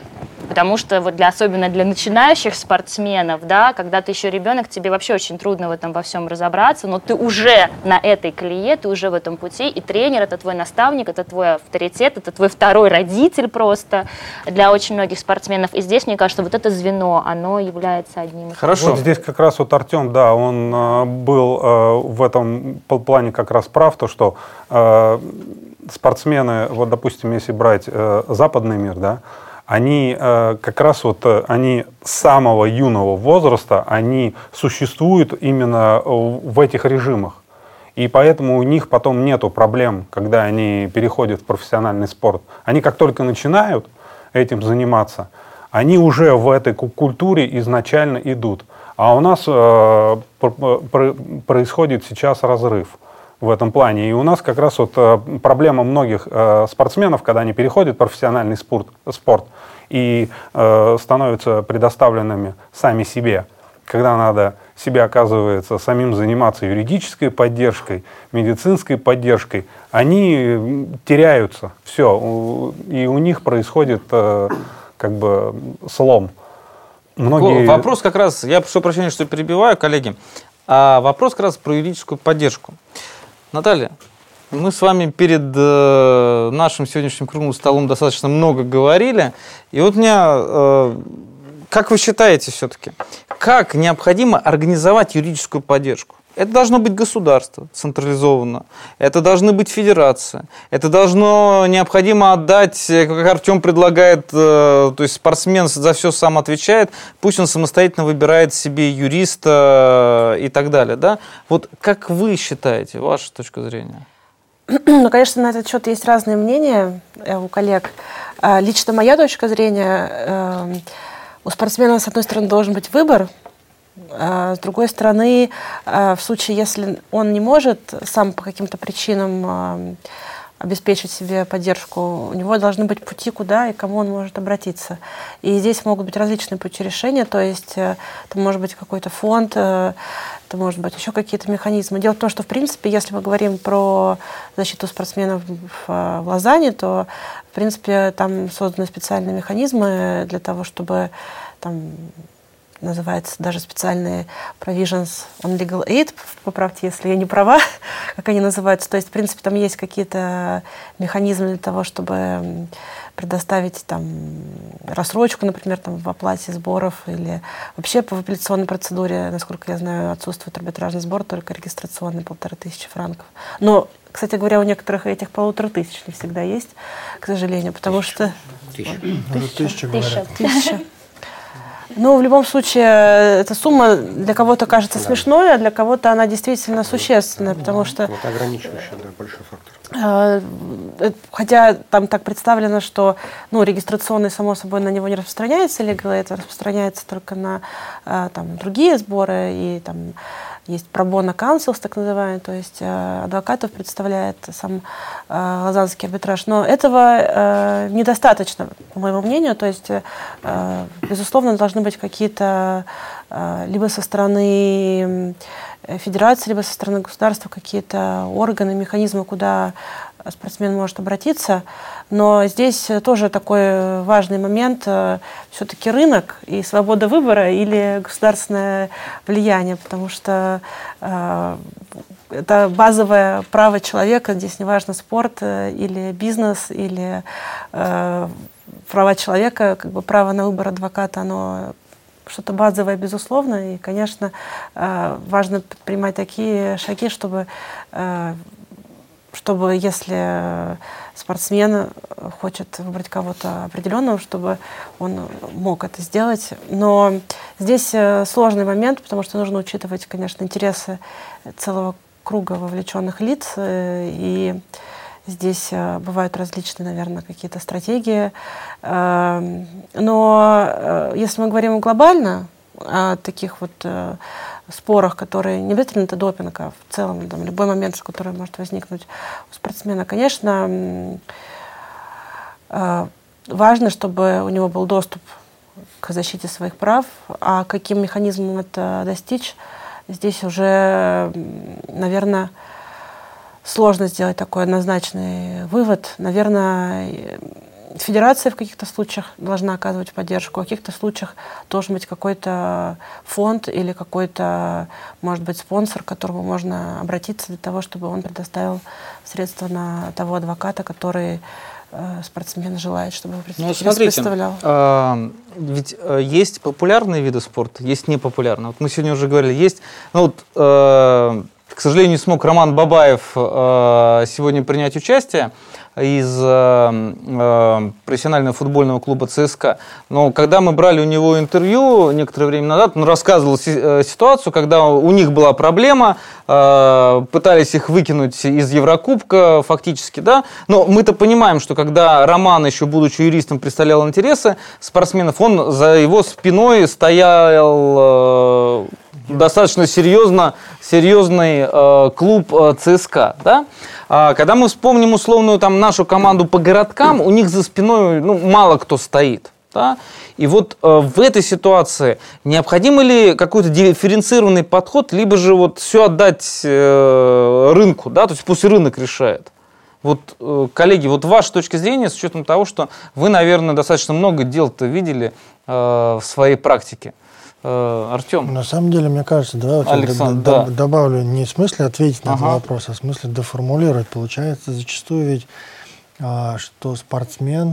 Потому что вот для, особенно для начинающих спортсменов, да, когда ты еще ребенок, тебе вообще очень трудно в этом во всем разобраться, но ты уже на этой колее, ты уже в этом пути, и тренер — это твой наставник, это твой авторитет, это твой второй родитель просто для очень многих спортсменов. И здесь, мне кажется, вот это звено, оно является одним из... Хорошо. Вот здесь как раз вот Артем, да, он э, был э, в этом плане как раз прав, то, что э, спортсмены, вот, допустим, если брать э, западный мир, да, они э, как раз вот, они с самого юного возраста, они существуют именно в этих режимах. И поэтому у них потом нету проблем, когда они переходят в профессиональный спорт. Они как только начинают этим заниматься, они уже в этой культуре изначально идут. А у нас э, происходит сейчас разрыв в этом плане. И у нас как раз вот э, проблема многих э, спортсменов, когда они переходят в профессиональный спорт, спорт и э, становятся предоставленными сами себе, когда надо себе, оказывается, самим заниматься юридической поддержкой, медицинской поддержкой, они теряются. Все. И у них происходит э, как бы слом. Многие... Вопрос как раз, я прошу прощения, что перебиваю, коллеги, а вопрос как раз про юридическую поддержку. Наталья, мы с вами перед э, нашим сегодняшним круглым столом достаточно много говорили, и вот у меня э, как вы считаете все-таки, как необходимо организовать юридическую поддержку? Это должно быть государство централизованно, это должны быть федерации, это должно необходимо отдать, как Артем предлагает, то есть спортсмен за все сам отвечает, пусть он самостоятельно выбирает себе юриста и так далее. Да? Вот как вы считаете, ваша точка зрения? Ну, конечно, на этот счет есть разные мнения у коллег. Лично моя точка зрения, у спортсмена, с одной стороны, должен быть выбор, а с другой стороны, в случае, если он не может сам по каким-то причинам обеспечить себе поддержку, у него должны быть пути, куда и кому он может обратиться. И здесь могут быть различные пути решения, то есть это может быть какой-то фонд, это может быть еще какие-то механизмы. Дело в том, что, в принципе, если мы говорим про защиту спортсменов в Лозанне, то, в принципе, там созданы специальные механизмы для того, чтобы там называется даже специальные provisions on legal aid, поправьте, если я не права, как они называются. То есть, в принципе, там есть какие-то механизмы для того, чтобы предоставить там рассрочку, например, там, в оплате сборов или вообще по апелляционной процедуре, насколько я знаю, отсутствует арбитражный сбор, только регистрационный полторы тысячи франков. Но, кстати говоря, у некоторых этих полутора тысяч не всегда есть, к сожалению, потому Тысяча. что... Тысяча. Тысяча, говорят. Тысяча. Ну, в любом случае, эта сумма для кого-то кажется да. смешной, а для кого-то она действительно существенная, потому что... Вот ограничивающий, да, большой фактор. Хотя там так представлено, что ну, регистрационный, само собой, на него не распространяется, legal aid распространяется только на там, другие сборы, и там есть пробона counsels, так называемый, то есть э, адвокатов представляет сам э, лозаннский арбитраж. Но этого э, недостаточно, по моему мнению. То есть, э, безусловно, должны быть какие-то э, либо со стороны федерации, либо со стороны государства какие-то органы, механизмы, куда спортсмен может обратиться. Но здесь тоже такой важный момент, все-таки рынок и свобода выбора или государственное влияние, потому что э, это базовое право человека, здесь неважно спорт или бизнес, или э, права человека, как бы право на выбор адвоката, оно что-то базовое, безусловно, и, конечно, э, важно предпринимать такие шаги, чтобы э, чтобы, если спортсмен хочет выбрать кого-то определенного, чтобы он мог это сделать. Но здесь сложный момент, потому что нужно учитывать, конечно, интересы целого круга вовлеченных лиц. И здесь бывают различные, наверное, какие-то стратегии. Но если мы говорим глобально о таких вот спорах, которые не обязательно это допинг, а в целом там, любой момент, который может возникнуть у спортсмена, конечно, важно, чтобы у него был доступ к защите своих прав, а каким механизмом это достичь, здесь уже, наверное, сложно сделать такой однозначный вывод. Наверное, федерация в каких-то случаях должна оказывать поддержку, а в каких-то случаях должен быть какой-то фонд или какой-то, может быть, спонсор, к которому можно обратиться для того, чтобы он предоставил средства на того адвоката, который э, спортсмен желает, чтобы его ну, смотрите, представлял. Э, ведь э, есть популярные виды спорта, есть непопулярные. Вот мы сегодня уже говорили, есть... Ну, вот, э, к сожалению, не смог Роман Бабаев э, сегодня принять участие из э, э, профессионального футбольного клуба ЦСКА. Но когда мы брали у него интервью некоторое время назад, он рассказывал си- э, ситуацию, когда у них была проблема, э, пытались их выкинуть из Еврокубка фактически, да. Но мы-то понимаем, что когда Роман, еще будучи юристом, представлял интересы спортсменов, он за его спиной стоял... Э, достаточно серьезно, серьезный э, клуб э, ЦСКА, да? А когда мы вспомним условную там нашу команду по городкам, у них за спиной ну, мало кто стоит, да? И вот э, в этой ситуации необходим ли какой-то дифференцированный подход, либо же вот все отдать э, рынку, да? То есть пусть рынок решает. Вот, э, коллеги, вот ваша точка зрения, с учетом того, что вы, наверное, достаточно много дел-то видели э, в своей практике. Артем. На самом деле, мне кажется, давай вот Александр, я да. добавлю не в смысле ответить на ага. этот вопрос, а в смысле доформулировать. Получается зачастую ведь, а, что спортсмен,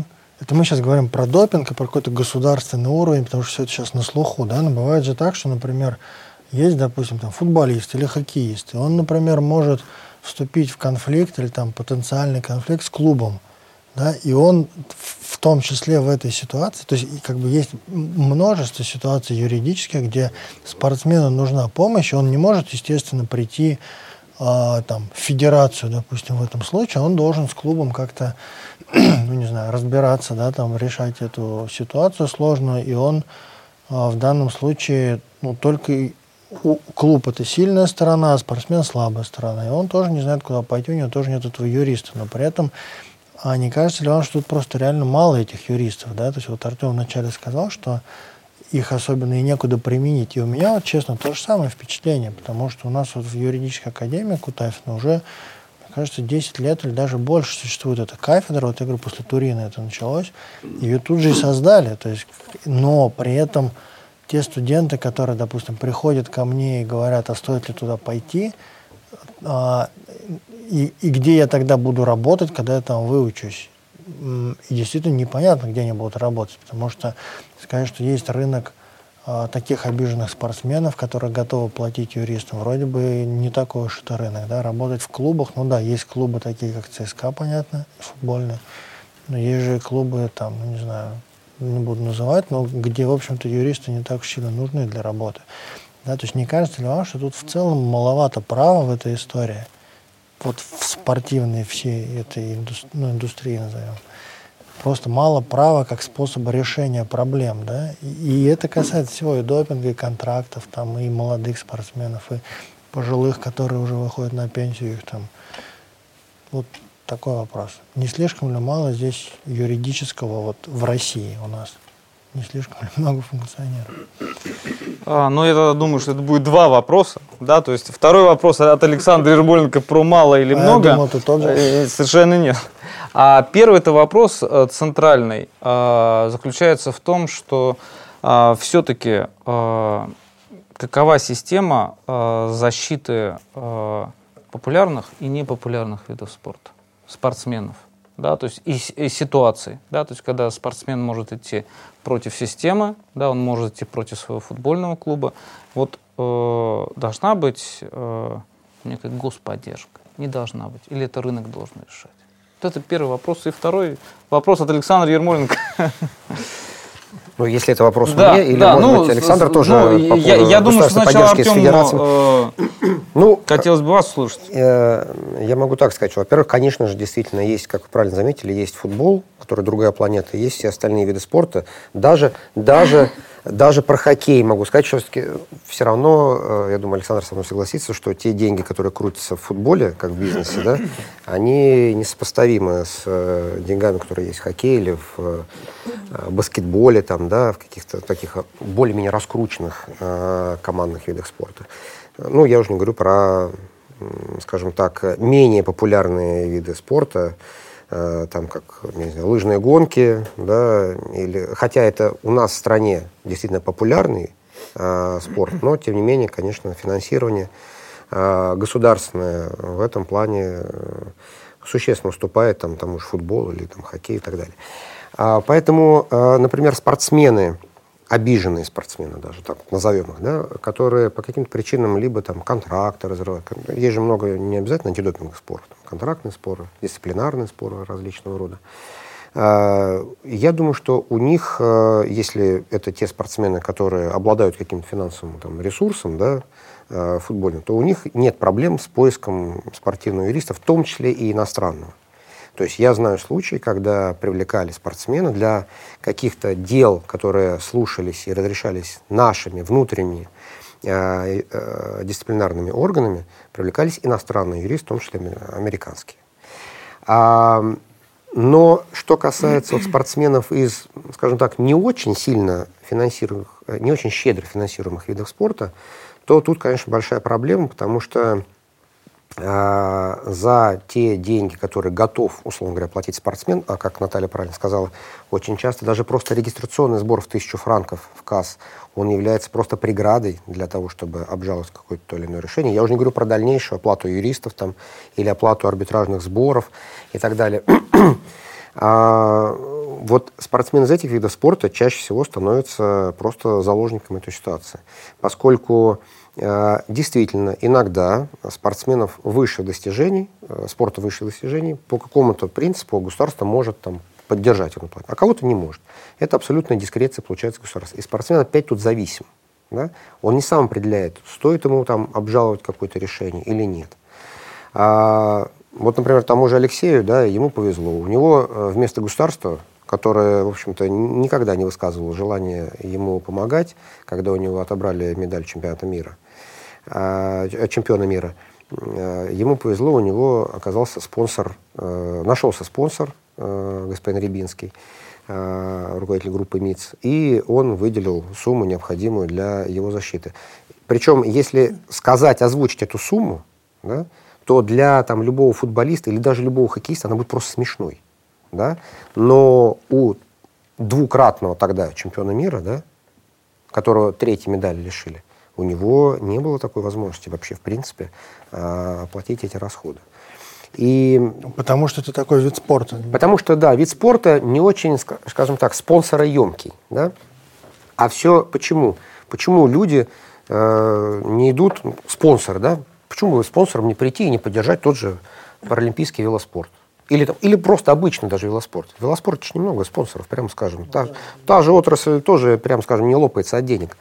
это мы сейчас говорим про допинг и про какой-то государственный уровень, потому что все это сейчас на слуху, да, но бывает же так, что, например, есть, допустим, там футболист или хоккеист, и он, например, может вступить в конфликт или там потенциальный конфликт с клубом, да, и он в том числе в этой ситуации, то есть как бы есть множество ситуаций юридических, где спортсмену нужна помощь, и он не может, естественно, прийти а, там, в федерацию, допустим, в этом случае, он должен с клубом как-то, ну, не знаю, разбираться, да, там, решать эту ситуацию сложную, и он а, в данном случае, ну, только у, клуб — это сильная сторона, а спортсмен — слабая сторона, и он тоже не знает, куда пойти, у него тоже нет этого юриста, но при этом, а не кажется ли вам, что тут просто реально мало этих юристов, да, то есть вот Артем вначале сказал, что их особенно и некуда применить. И у меня, вот, честно, то же самое впечатление, потому что у нас вот в юридической академии Кутафина уже, мне кажется, десять лет или даже больше существует эта кафедра. Вот я говорю, после Турина это началось. Ее тут же и создали. То есть, но при этом те студенты, которые, допустим, приходят ко мне и говорят, а стоит ли туда пойти, а, и, и где я тогда буду работать, когда я там выучусь. И действительно непонятно, где они будут работать, потому что сказать, что есть рынок а, таких обиженных спортсменов, которые готовы платить юристам, вроде бы не такой уж это рынок, да, работать в клубах, ну да, есть клубы такие, как ЦСКА, понятно, футбольные, но есть же клубы, там, ну, не знаю, не буду называть, но где, в общем-то, юристы не так сильно нужны для работы, да, то есть не кажется ли вам, что тут в целом маловато права в этой истории? Вот в спортивной всей этой индустрии, ну, индустрии назовем. Просто мало права как способа решения проблем, да, и, и это касается всего и допинга, и контрактов, там, и молодых спортсменов, и пожилых, которые уже выходят на пенсию, их там. Вот такой вопрос. Не слишком ли мало здесь юридического вот в России у нас? Не слишком ли много функционеров? А, ну, я думаю, что это будет два вопроса, да, то есть второй вопрос от Александра Ермоленко про мало или а много, я думал, ты тот же. Совершенно нет. А первый это вопрос центральный, заключается в том, что все-таки какова система защиты популярных и непопулярных видов спорта, спортсменов. Да, то есть и, и ситуации, да, то есть когда спортсмен может идти против системы, да, он может идти против своего футбольного клуба, вот э, должна быть э, некая господдержка, не должна быть, или это рынок должен решать. Вот это первый вопрос, и второй вопрос от Александра Ермоленко. Ну, если это вопрос да, мне, или, да, может ну, быть, Александр ну, тоже ну, по я, я думаю, что сначала Артему э, ну, хотелось бы вас слушать. Э, я могу так сказать, что, во-первых, конечно же, действительно есть, как вы правильно заметили, есть футбол, который другая планета, есть все остальные виды спорта. Даже, даже, даже про хоккей могу сказать, что все-таки все равно, э, я думаю, Александр со мной согласится, что те деньги, которые крутятся в футболе, как в бизнесе, да, они несопоставимы с э, деньгами, которые есть в хоккее или в э, баскетболе, там, да, в каких-то таких более-менее раскрученных э, командных видах спорта. Ну, я уже не говорю про, скажем так, менее популярные виды спорта, э, там, как, не знаю, лыжные гонки, да, или, хотя это у нас в стране действительно популярный э, спорт, но, тем не менее, конечно, финансирование э, государственное в этом плане э, существенно уступает там, тому же футболу или там, хоккею и так далее. А, поэтому, э, например, спортсмены, обиженные спортсмены даже, так назовем их, да, которые по каким-то причинам либо там контракты разрывают. Есть же много не обязательно антидопинговых споров, там, контрактные споры, дисциплинарные споры различного рода. А, я думаю, что у них, если это те спортсмены, которые обладают каким-то финансовым там, ресурсом, да, футбольным, то у них нет проблем с поиском спортивного юриста, в том числе и иностранного. То есть я знаю случаи, когда привлекали спортсмена для каких-то дел, которые слушались и разрешались нашими внутренними э, э, дисциплинарными органами, привлекались иностранные юристы, в том числе американские. А, но что касается вот, спортсменов из, скажем так, не очень сильно финансируемых, не очень щедро финансируемых видов спорта, то тут, конечно, большая проблема, потому что за те деньги, которые готов, условно говоря, платить спортсмен, а как Наталья правильно сказала, очень часто даже просто регистрационный сбор в тысячу франков в КАС, он является просто преградой для того, чтобы обжаловать какое-то то или иное решение. Я уже не говорю про дальнейшую оплату юристов там, или оплату арбитражных сборов и так далее. вот спортсмены из этих видов спорта чаще всего становятся просто заложниками этой ситуации, поскольку э, действительно иногда спортсменов высших достижений, э, спорта высших достижений по какому-то принципу государство может там поддержать эту плату, а кого-то не может. Это абсолютная дискреция получается государства. И спортсмен опять тут зависим. Да? Он не сам определяет, стоит ему там обжаловать какое-то решение или нет. А, вот, например, тому же Алексею, да, ему повезло. У него вместо государства, которое, в общем-то, никогда не высказывало желания ему помогать, когда у него отобрали медаль чемпионата мира, а, чемпиона мира, а, ему повезло, у него оказался спонсор, а, нашелся спонсор, а, господин Рябинский, руководитель группы МИЦ, и он выделил сумму, необходимую для его защиты. Причем, если сказать, озвучить эту сумму, да, то для там, любого футболиста или даже любого хоккеиста она будет просто смешной. Да? Но у двукратного тогда чемпиона мира, да, которого третьей медали лишили, у него не было такой возможности вообще, в принципе, оплатить эти расходы. И, потому что это такой вид спорта. Потому что, да, вид спорта не очень, скажем так, спонсороемкий. Да? А все почему? Почему люди э, не идут, спонсоры, да? Почему бы спонсорам не прийти и не поддержать тот же паралимпийский велоспорт? Или, там, или просто обычный даже велоспорт. В велоспорте очень немного спонсоров, прямо скажем. Та, та же отрасль тоже, прямо скажем, не лопается от денег.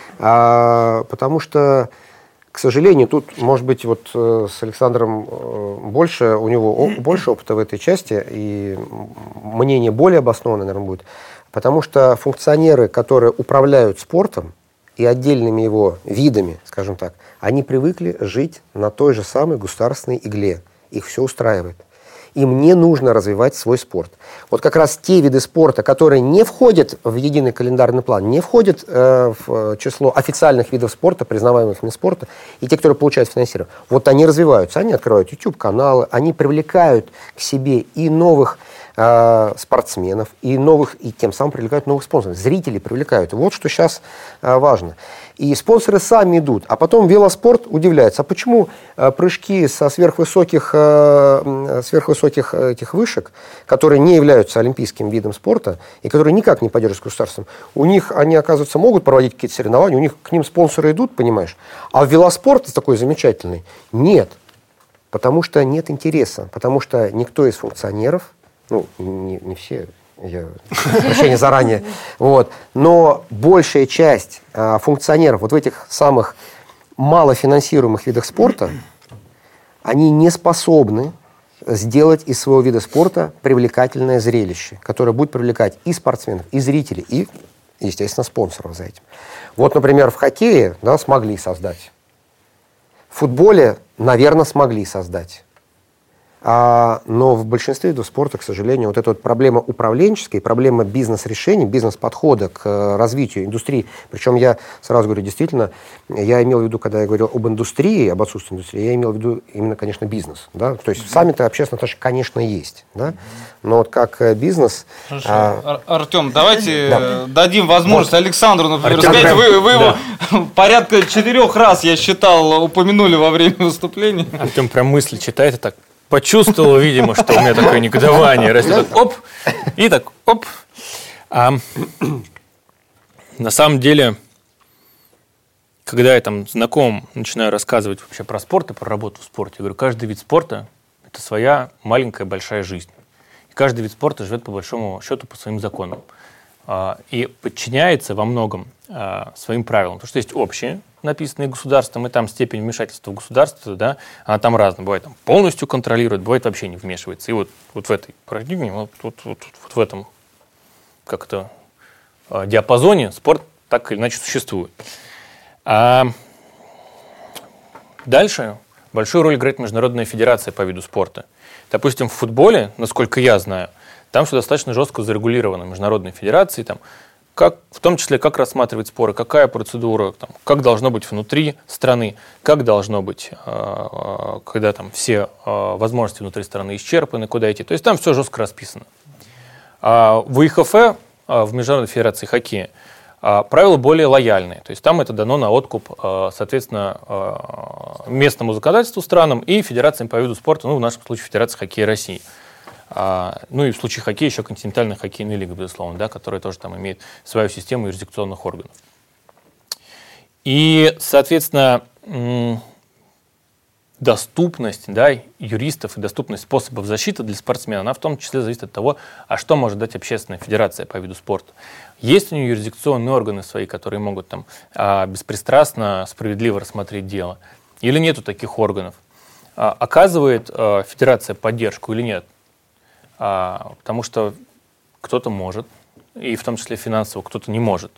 А, потому что, к сожалению, тут, может быть, вот э, с Александром э, больше, у него о, больше опыта в этой части, и мнение более обоснованное, наверное, будет. Потому что функционеры, которые управляют спортом и отдельными его видами, скажем так, они привыкли жить на той же самой государственной игле. Их все устраивает. Им не нужно развивать свой спорт. Вот как раз те виды спорта, которые не входят в единый календарный план, не входят э, в число официальных видов спорта, признаваемых видов спорта, и те, которые получают финансирование, вот они развиваются, они открывают YouTube-каналы, они привлекают к себе и новых э, спортсменов, и новых, и тем самым привлекают новых спонсоров. Зрители привлекают. Вот что сейчас э, важно. И спонсоры сами идут. А потом велоспорт удивляется. А почему э, прыжки со сверхвысоких, э, сверхвысоких этих вышек, которые не являются олимпийским видом спорта и которые никак не поддерживаются государством, у них, они, оказывается, могут проводить какие-то соревнования, у них к ним спонсоры идут, понимаешь? А в велоспорт такой замечательный нет. Потому что нет интереса. Потому что никто из функционеров, ну, не, не все... Я, прощение заранее. Вот. Но большая часть а, функционеров вот в этих самых малофинансируемых видах спорта, они не способны сделать из своего вида спорта привлекательное зрелище, которое будет привлекать и спортсменов, и зрителей, и, естественно, спонсоров за этим. Вот, например, в хоккее, да, смогли создать. В футболе, наверное, смогли создать. А, но в большинстве видов спорта, к сожалению, вот эта вот проблема управленческая, проблема бизнес-решений, бизнес-подхода к э, развитию индустрии. Причем я сразу говорю, действительно, я имел в виду, когда я говорил об индустрии, об отсутствии индустрии, я имел в виду именно, конечно, бизнес. Да? То есть сами-то общественные отношения, конечно, есть. Да? Но вот как э, бизнес... Хорошо. А... Артем, давайте да. дадим возможность вот. Александру, например, Артем, сказать. Вы, вы да. его порядка четырех раз, я считал, упомянули во время выступления. Артем прям мысли читает и так... Почувствовал, видимо, что у меня такое негодование растет. Оп! И так, оп! А, на самом деле, когда я там знакомым начинаю рассказывать вообще про спорт и про работу в спорте, я говорю, каждый вид спорта – это своя маленькая большая жизнь. И каждый вид спорта живет по большому счету по своим законам. А, и подчиняется во многом а, своим правилам. Потому что есть общие, написанные государством, и там степень вмешательства в государство, да, она там разная. Бывает, там полностью контролирует, бывает, вообще не вмешивается. И вот, вот в этой парадигме, вот, вот, вот, вот в этом как-то э, диапазоне спорт так или иначе существует. А дальше большую роль играет Международная федерация по виду спорта. Допустим, в футболе, насколько я знаю, там все достаточно жестко зарегулировано Международной федерацией, там, как, в том числе, как рассматривать споры, какая процедура, там, как должно быть внутри страны, как должно быть, э, когда там все э, возможности внутри страны исчерпаны, куда идти. То есть там все жестко расписано. А в ИХФ, э, в Международной федерации хоккея, э, правила более лояльные. То есть там это дано на откуп, э, соответственно, э, местному законодательству странам и федерациям по виду спорта, ну, в нашем случае, Федерации хоккея России. А, ну и в случае хоккея еще континентальная хоккейная лига, безусловно, да, которая тоже там имеет свою систему юрисдикционных органов. И, соответственно, доступность, да, юристов и доступность способов защиты для спортсмена, она в том числе зависит от того, а что может дать общественная федерация по виду спорта. Есть у нее юрисдикционные органы свои, которые могут там а, беспристрастно, справедливо рассмотреть дело, или нету таких органов? А, оказывает а, федерация поддержку или нет? А, потому что кто-то может, и в том числе финансово, кто-то не может.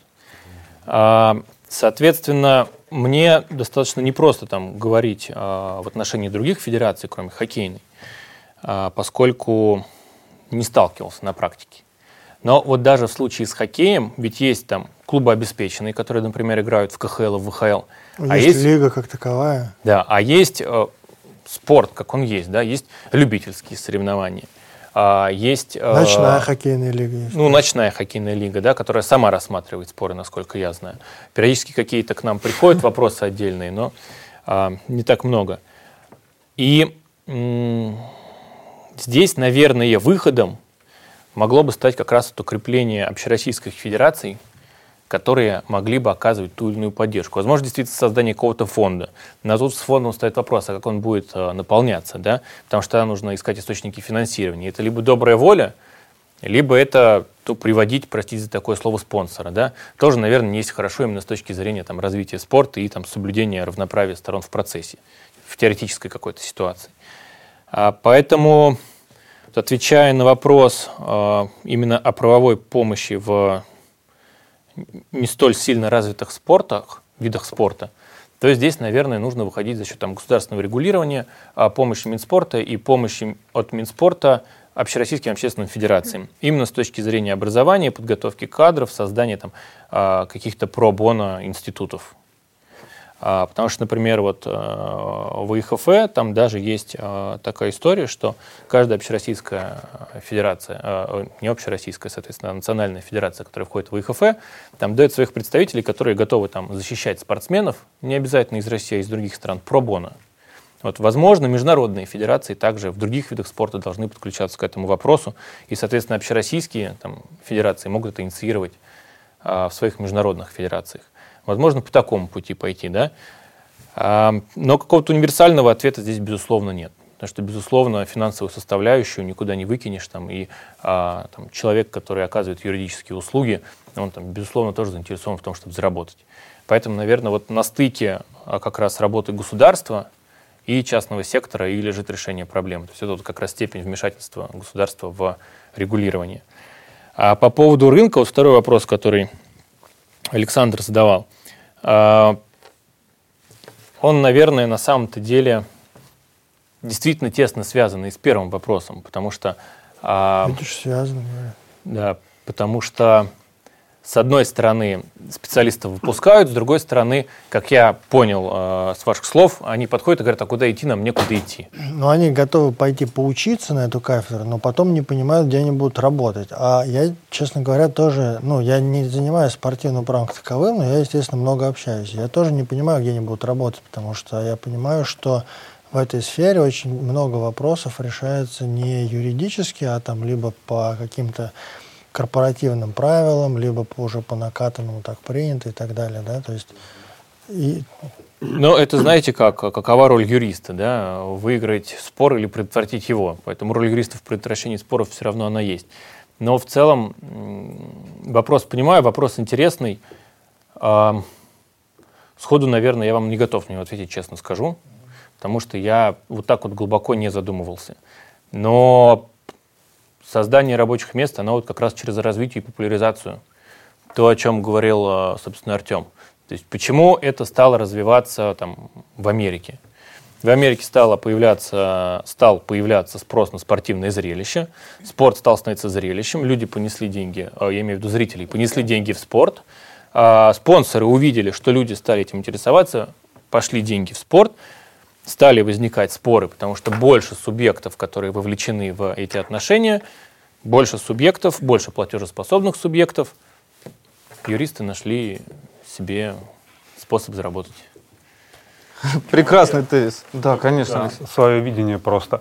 А, соответственно, мне достаточно непросто там говорить а, в отношении других федераций, кроме хоккейной, а, поскольку не сталкивался на практике. Но вот даже в случае с хоккеем, ведь есть там клубы обеспеченные, которые, например, играют в ка ха эл и в вэ ха эл. Есть, а есть лига как таковая. Да, а есть э, спорт, как он есть, да, есть любительские соревнования. А, есть... Э, ночная хоккейная лига есть. Ну, ночная хоккейная лига, да, которая сама рассматривает споры, насколько я знаю. Периодически какие-то к нам приходят вопросы отдельные, но э, не так много. И э, здесь, наверное, выходом могло бы стать как раз это укрепление общероссийских федераций, которые могли бы оказывать ту или иную поддержку. Возможно, действительно создание какого-то фонда. Но тут с фондом стоит вопрос, а как он будет а, наполняться, да? Потому что тогда нужно искать источники финансирования. Это либо добрая воля, либо это то, приводить, простите за такое слово, спонсора. Да? Тоже, наверное, не есть хорошо именно с точки зрения там, развития спорта и там, соблюдения равноправия сторон в процессе, в теоретической какой-то ситуации. А, поэтому, отвечая на вопрос а, именно о правовой помощи в не столь сильно развитых спортах, видах спорта, то здесь, наверное, нужно выходить за счет там, государственного регулирования, помощи Минспорта и помощи от Минспорта общероссийским общественным федерациям. Именно с точки зрения образования, подготовки кадров, создания там, каких-то про-боно институтов. Потому что, например, вот в и ха эф там даже есть такая история, что каждая общероссийская федерация, не общероссийская, соответственно, а национальная федерация, которая входит в и ха эф, там дает своих представителей, которые готовы там защищать спортсменов, не обязательно из России, а из других стран, про-боно. Вот, возможно, международные федерации также в других видах спорта должны подключаться к этому вопросу, и, соответственно, общероссийские там, федерации могут это инициировать а, в своих международных федерациях. Возможно, по такому пути пойти, да? А, но какого-то универсального ответа здесь, безусловно, нет. Потому что, безусловно, финансовую составляющую никуда не выкинешь, там, и а, там, человек, который оказывает юридические услуги, он, там, безусловно, тоже заинтересован в том, чтобы заработать. Поэтому, наверное, вот на стыке а, как раз работы государства и частного сектора и лежит решение проблемы. То есть это вот как раз степень вмешательства государства в регулирование. А по поводу рынка, вот второй вопрос, который Александр задавал. Он, наверное, на самом-то деле действительно тесно связан и с первым вопросом, потому что... Видишь, связано. Да, потому что, с одной стороны, специалистов выпускают, с другой стороны, как я понял э, с ваших слов, они подходят и говорят, а куда идти, нам некуда идти. Ну, они готовы пойти поучиться на эту кафедру, но потом не понимают, где они будут работать. А я, честно говоря, тоже, ну, я не занимаюсь спортивным правом как таковым, но я, естественно, много общаюсь. Я тоже не понимаю, где они будут работать, потому что я понимаю, что в этой сфере очень много вопросов решается не юридически, а там либо по каким-то корпоративным правилам, либо уже по накатанному так принято и так далее, да, то есть... И... Но это, знаете как, какова роль юриста, да, выиграть спор или предотвратить его, поэтому роль юриста в предотвращении споров все равно она есть. Но в целом вопрос, понимаю, вопрос интересный, а, сходу, наверное, я вам не готов на него ответить, честно скажу, потому что я вот так вот глубоко не задумывался, но... Создание рабочих мест, оно вот как раз через развитие и популяризацию. То, о чем говорил, собственно, Артем. То есть почему это стало развиваться там, в Америке? В Америке стало появляться, стал появляться спрос на спортивное зрелище. Спорт стал становиться зрелищем. Люди понесли деньги, я имею в виду зрители, понесли деньги в спорт. А спонсоры увидели, что люди стали этим интересоваться, пошли деньги в спорт. Стали возникать споры, потому что больше субъектов, которые вовлечены в эти отношения, больше субъектов, больше платежеспособных субъектов. Юристы нашли себе способ заработать. Прекрасный тезис. Да, конечно. Да, свое видение просто.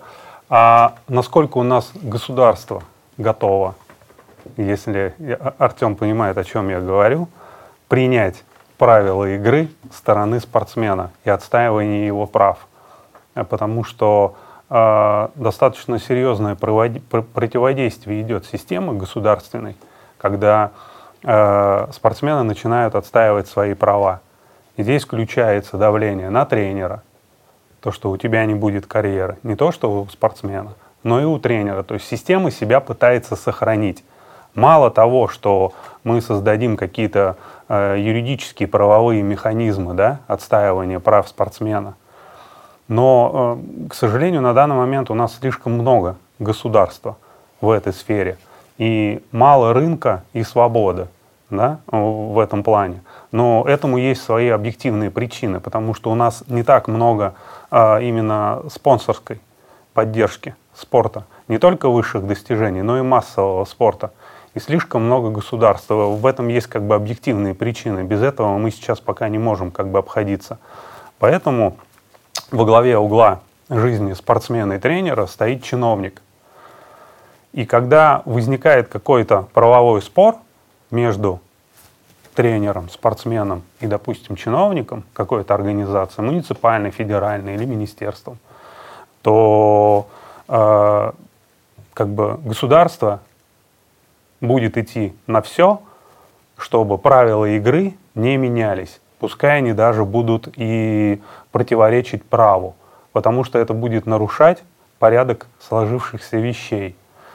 А насколько у нас государство готово, если Артем понимает, о чем я говорю, принять правила игры стороны спортсмена и отстаивание его прав? Потому что э, достаточно серьезное проводи- пр- противодействие идет системы государственной, когда э, спортсмены начинают отстаивать свои права. И здесь включается давление на тренера, то, что у тебя не будет карьеры, не то, что у спортсмена, но и у тренера. То есть система себя пытается сохранить. Мало того, что мы создадим какие-то э, юридические правовые механизмы, да, отстаивания прав спортсмена, но, э, к сожалению, на данный момент у нас слишком много государства в этой сфере и мало рынка и свободы, да, в этом плане. Но этому есть свои объективные причины, потому что у нас не так много э, именно спонсорской поддержки спорта, не только высших достижений, но и массового спорта. И слишком много государства. В этом есть как бы объективные причины. Без этого мы сейчас пока не можем как бы обходиться. Поэтому во главе угла жизни спортсмена и тренера стоит чиновник. И когда возникает какой-то правовой спор между тренером, спортсменом и, допустим, чиновником какой-то организации, муниципальной, федеральной или министерством, то э, как бы государство будет идти на все, чтобы правила игры не менялись. Пускай они даже будут и противоречить праву, потому что это будет нарушать порядок сложившихся вещей.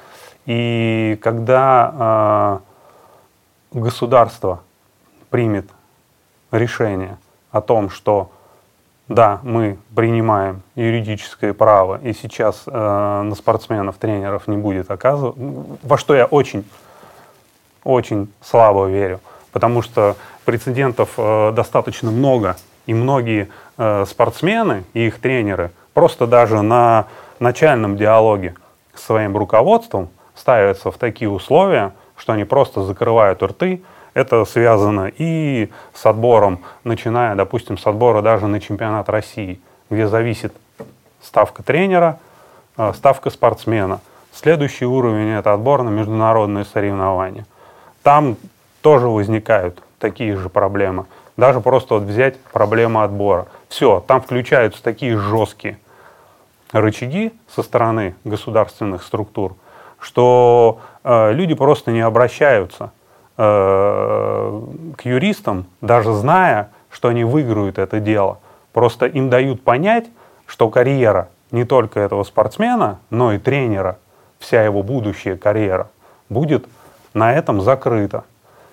И когда э, государство примет решение о том, что да, мы принимаем юридическое право, и сейчас э, на спортсменов, тренеров не будет оказывать, во что я очень, очень слабо верю, потому что прецедентов э, достаточно много, и многие э, спортсмены и их тренеры просто даже на начальном диалоге с своим руководством ставятся в такие условия, что они просто закрывают рты. Это связано и с отбором, начиная, допустим, с отбора даже на чемпионат России, где зависит ставка тренера, ставка спортсмена. Следующий уровень — это отбор на международные соревнования. Там тоже возникают такие же проблемы. Даже просто вот взять проблему отбора. Все, там включаются такие жесткие рычаги со стороны государственных структур, что э, люди просто не обращаются э, к юристам, даже зная, что они выиграют это дело. Просто им дают понять, что карьера не только этого спортсмена, но и тренера, вся его будущая карьера будет на этом закрыта.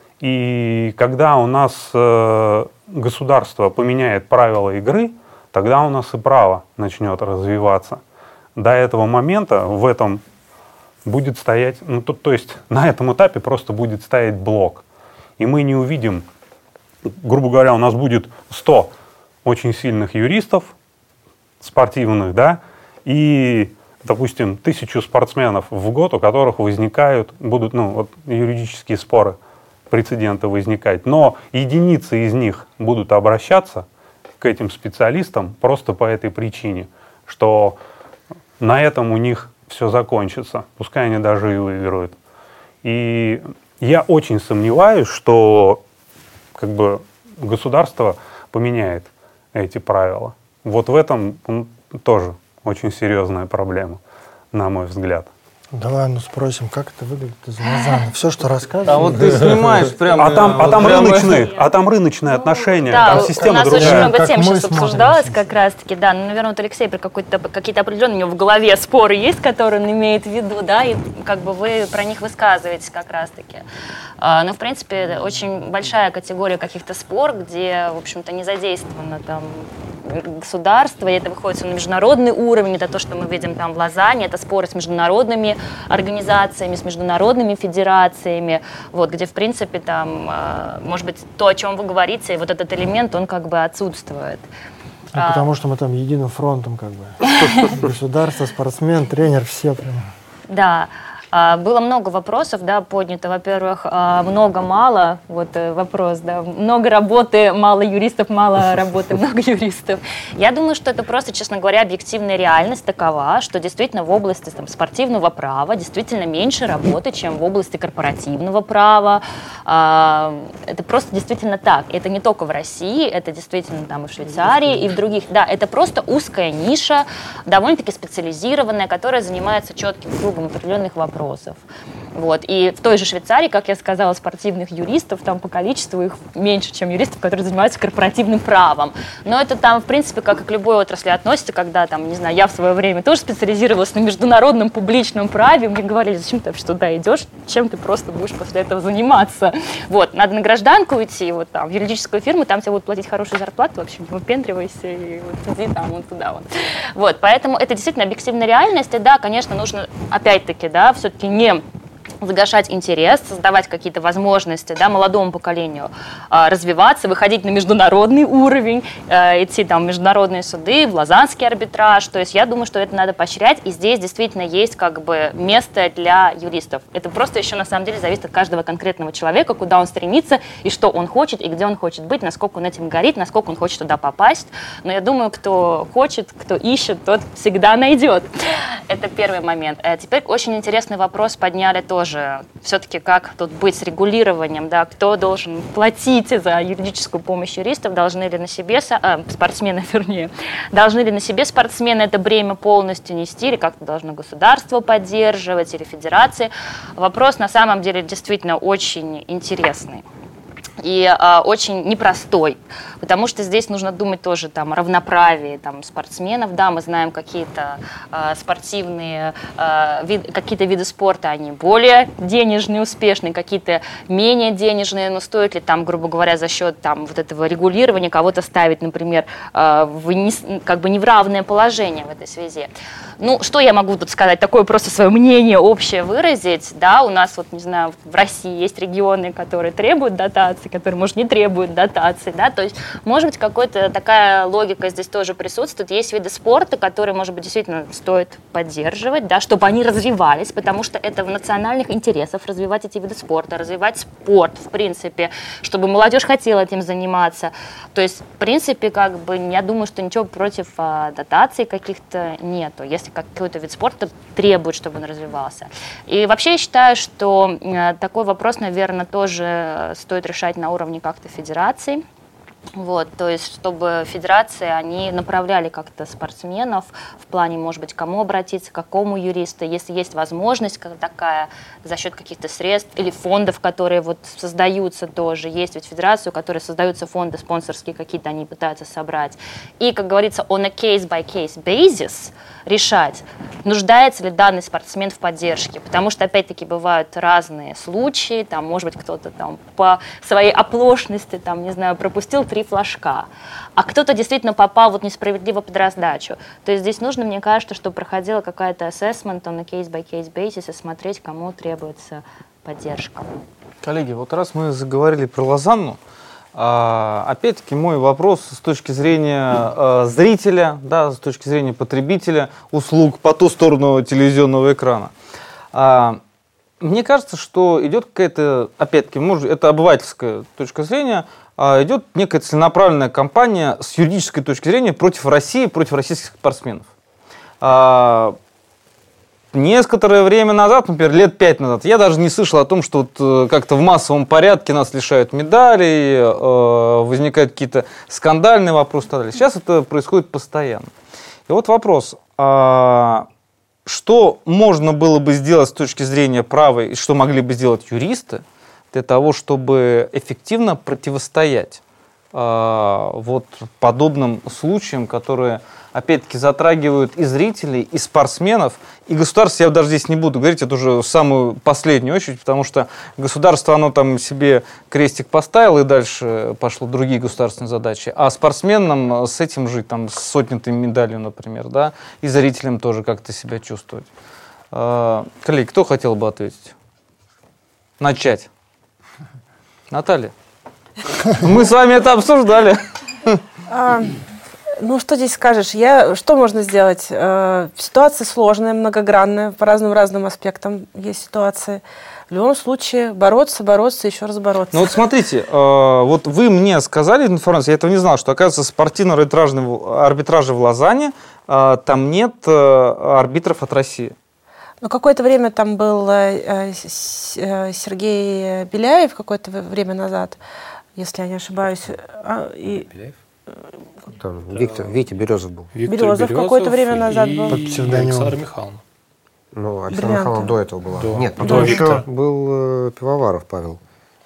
И когда у нас э, государство поменяет правила игры, тогда у нас и право начнет развиваться. До этого момента в этом будет стоять, ну то, то есть на этом этапе просто будет стоять блок. И мы не увидим, грубо говоря, у нас будет сто очень сильных юристов спортивных, да, и, допустим, тысячу спортсменов в год, у которых возникают, будут, ну, вот, юридические споры, прецеденты возникать. Но единицы из них будут обращаться к этим специалистам просто по этой причине, что на этом у них все закончится, пускай они даже и выиграют. И я очень сомневаюсь, что как бы государство поменяет эти правила. Вот в этом тоже очень серьезная проблема, на мой взгляд. Давай, ну спросим, как это выглядит из Лозанны. Все, что рассказываешь. А вот ты снимаешь прямо... А там, вот а там прямо... рыночные, а там рыночные отношения, Да, там система у нас другая. очень много Как тем мы сейчас смотрим обсуждалось сейчас. как раз-таки, да, ну, наверное, вот Алексей про какой-то, какие-то определенные у него в голове споры есть, которые он имеет в виду, да, и как бы вы про них высказываетесь как раз-таки. А, ну, в принципе, очень большая категория каких-то спор, где, в общем-то, не задействовано там государство, и это выходит на международный уровень, это то, что мы видим там в Лозанне, это споры с международными организациями, с международными федерациями, вот, где, в принципе, там, э, может быть, то, о чем вы говорите, вот этот элемент, он как бы отсутствует. Ну, потому что мы там единым фронтом как бы. Государство, спортсмен, тренер, все прям. Да. А, было много вопросов, да, поднято. Во-первых, а, много-мало, вот э, вопрос, да, много работы, мало юристов, мало работы, много юристов. Я думаю, что это просто, честно говоря, объективная реальность такова, что действительно в области там, спортивного права действительно меньше работы, чем в области корпоративного права. А, это просто действительно так. Это не только в России, это действительно там и в Швейцарии, и в других. Да, это просто узкая ниша, довольно-таки специализированная, которая занимается четким кругом определенных вопросов. Вот. И в той же Швейцарии, как я сказала, спортивных юристов, там по количеству их меньше, чем юристов, которые занимаются корпоративным правом. Но это там, в принципе, как и к любой отрасли относится, когда, там, не знаю, я в свое время тоже специализировалась на международном публичном праве, мне говорили, зачем ты вообще туда идешь, чем ты просто будешь после этого заниматься. Вот. Надо на гражданку уйти, вот там, в юридическую фирму, там тебе будут платить хорошую зарплату, в общем, выпендривайся и вот иди там, вот туда вот. Вот. Поэтому это действительно объективная реальность, и да, конечно, нужно, опять-таки, да, все-таки не загашать интерес, создавать какие-то возможности, да, молодому поколению э, развиваться, выходить на международный уровень, э, идти там, в международные суды, в лозаннский арбитраж. То есть я думаю, что это надо поощрять, и здесь действительно есть как бы место для юристов. Это просто еще на самом деле зависит от каждого конкретного человека, куда он стремится, и что он хочет, и где он хочет быть, насколько он этим горит, насколько он хочет туда попасть. Но я думаю, кто хочет, кто ищет, тот всегда найдет. Это первый момент. А теперь очень интересный вопрос подняли тоже. Все-таки как тут быть с регулированием, да, кто должен платить за юридическую помощь юристов, должны ли на себе, а, спортсмены, вернее, должны ли на себе спортсмены это бремя полностью нести, или как-то должно государство поддерживать, или федерации. Вопрос на самом деле действительно очень интересный. И э, очень непростой, потому что здесь нужно думать тоже там, о равноправии там, спортсменов. Да, мы знаем какие-то э, спортивные, э, вид, какие-то виды спорта, они более денежные, успешные, какие-то менее денежные, но стоит ли там, грубо говоря, за счет там, вот этого регулирования кого-то ставить, например, э, в не, как бы не в равное положение в этой связи. Ну, что я могу тут сказать? Такое просто свое мнение общее выразить. Да, у нас, вот, не знаю, в России есть регионы, которые требуют дотаций, которые, может, не требуют дотаций, да, то есть, может быть, какая-то такая логика здесь тоже присутствует. Есть виды спорта, которые, может быть, действительно стоит поддерживать, да, чтобы они развивались, потому что это в национальных интересах развивать эти виды спорта, развивать спорт, в принципе, чтобы молодежь хотела этим заниматься. То есть, в принципе, как бы, я думаю, что ничего против а, дотаций каких-то нету, если какой-то вид спорта требует, чтобы он развивался. И вообще я считаю, что э, такой вопрос, наверное, тоже стоит решать на уровне как-то федераций. Вот, то есть, чтобы федерации, они направляли как-то спортсменов в плане, может быть, кому обратиться, к какому юристу, если есть возможность как такая за счет каких-то средств или фондов, которые вот создаются тоже. Есть ведь федерации, у которой создаются фонды спонсорские какие-то, они пытаются собрать. И, как говорится, on a case-by-case basis решать, нуждается ли данный спортсмен в поддержке. Потому что, опять-таки, бывают разные случаи, там, может быть, кто-то там по своей оплошности, там, не знаю, пропустил три флажка, а кто-то действительно попал вот несправедливо под раздачу. То есть здесь нужно, мне кажется, чтобы проходила какая-то assessment на case-by-case basis и смотреть, кому требуется поддержка. Коллеги, вот раз мы заговорили про Лозанну, а, опять-таки мой вопрос с точки зрения а, зрителя, да, с точки зрения потребителя услуг по ту сторону телевизионного экрана. А, мне кажется, что идет какая-то, опять-таки, может, это обывательская точка зрения, идет некая целенаправленная кампания с юридической точки зрения против России, против российских спортсменов. А, некоторое время назад, например, лет пять назад, я даже не слышал о том, что вот как-то в массовом порядке нас лишают медалей, э, возникают какие-то скандальные вопросы и так далее. Сейчас это происходит постоянно. И вот вопрос, а, что можно было бы сделать с точки зрения права и что могли бы сделать юристы, для того, чтобы эффективно противостоять э, вот подобным случаям, которые, опять-таки, затрагивают и зрителей, и спортсменов, и государство, я даже здесь не буду говорить, это уже в самую последнюю очередь, потому что государство, оно там себе крестик поставило, и дальше пошло другие государственные задачи, а спортсменам с этим жить, там, с сотнятой медалью, например, да, и зрителям тоже как-то себя чувствовать. Э, коллеги, кто хотел бы ответить? Начать. Наталья, мы с вами это обсуждали. Ну, что здесь скажешь? Я, что можно сделать? Э, ситуация сложная, многогранная, по разным-разным аспектам есть ситуации. В любом случае бороться, бороться, еще раз бороться. Ну вот смотрите, э, вот вы мне сказали информацию, я этого не знал, что, оказывается, спортивно-арбитражного арбитража в Лозанне э, там нет э, арбитров от России. Ну, какое-то время там был э, с, э, Сергей Беляев, какое-то время назад, если я не ошибаюсь. А, и... Беляев? Там Виктор, Витя Березов был. Виктор Березов какое-то время назад и был. Под псевдонимом. Александра Михайловна. Ну, Александр Бриллианты. Михайловна до этого была. До. Нет, До потом еще Виктора. был э, Пивоваров Павел.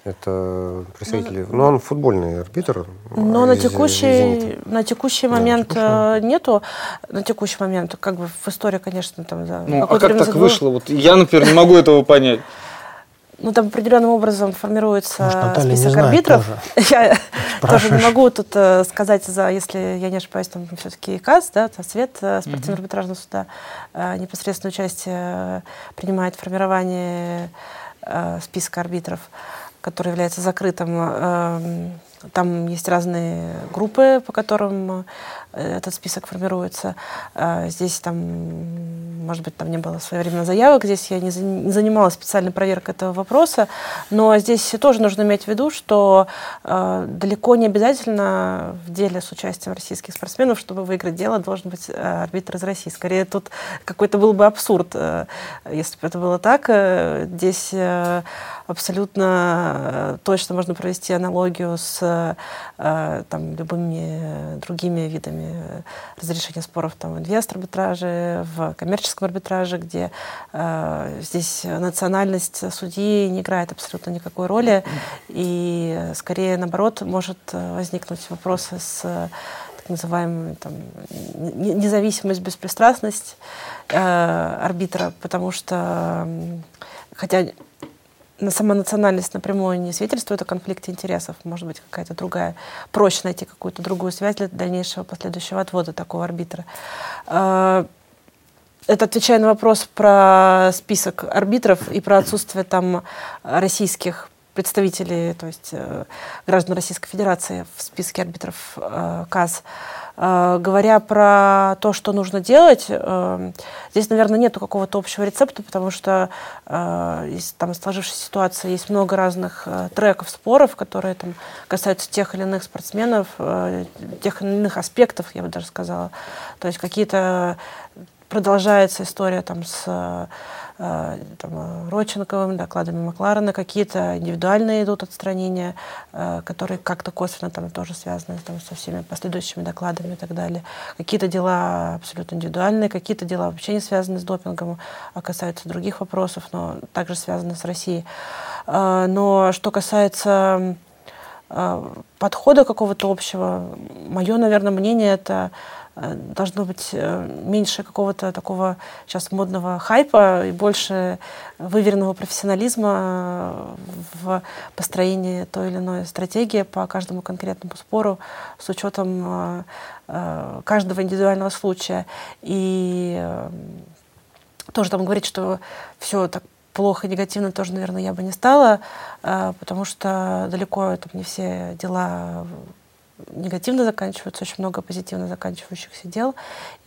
Это представитель... Ну, он футбольный арбитр. Но на из текущий, «Зенита». на текущий Да, на момент текущий э, нету. На текущий момент, как бы в истории, конечно, там... Да, Ну, а какое-то как время так назад вышло? Вот я, например, не могу этого понять. Ну, там определенным образом формируется Может, Наталья не список знает арбитров. Я тоже Спрашиваешь. не могу тут э, сказать, за, если я не ошибаюсь, там все-таки КАС, да, это Совет э, спортивно-арбитражного суда, э, непосредственное участие э, принимает в формировании э, списка арбитров, который является закрытым. Э, Там есть разные группы, по которым э, этот список формируется. Э, Здесь там, может быть, там не было своевременно заявок, здесь я не за- не занималась специальной проверкой этого вопроса, но здесь тоже нужно иметь в виду, что э, далеко не обязательно в деле с участием российских спортсменов, чтобы выиграть дело, должен быть э, арбитр из России. Скорее, тут какой-то был бы абсурд, э, если бы это было так. Э, Здесь э, абсолютно э, точно можно провести аналогию с э, там, любыми другими видами разрешения споров там, в инвест-арбитраже, в коммерческом арбитраже, где э, здесь национальность судьи не играет абсолютно никакой роли, и скорее, наоборот, может возникнуть вопросы с так называемой там, не- независимость, беспристрастность э, арбитра, потому что, м, хотя на сама национальность напрямую не свидетельствует о конфликте интересов, может быть, какая-то другая, проще найти какую-то другую связь для дальнейшего последующего отвода такого арбитра. Э, Это отвечая на вопрос про список арбитров и про отсутствие там российских представителей, то есть э, граждан Российской Федерации в списке арбитров э, КАС. Э, говоря про то, что нужно делать, э, здесь, наверное, нету какого-то общего рецепта, потому что э, из там сложившейся ситуации есть много разных э, треков, споров, которые там касаются тех или иных спортсменов, э, тех или иных аспектов, я бы даже сказала. То есть какие-то продолжается история там с э, там, Родченковым, докладами Макларена, какие-то индивидуальные идут отстранения, э, которые как-то косвенно там тоже связаны там, со всеми последующими докладами и так далее. Какие-то дела абсолютно индивидуальные, какие-то дела вообще не связаны с допингом, а касаются других вопросов, но также связаны с Россией. Э, но что касается э, подхода какого-то общего, мое, наверное, мнение это должно быть меньше какого-то такого сейчас модного хайпа и больше выверенного профессионализма в построении той или иной стратегии по каждому конкретному спору с учетом каждого индивидуального случая. И тоже там говорить, что все так плохо, негативно, тоже, наверное, я бы не стала, потому что далеко там не все дела негативно заканчиваются, очень много позитивно заканчивающихся дел.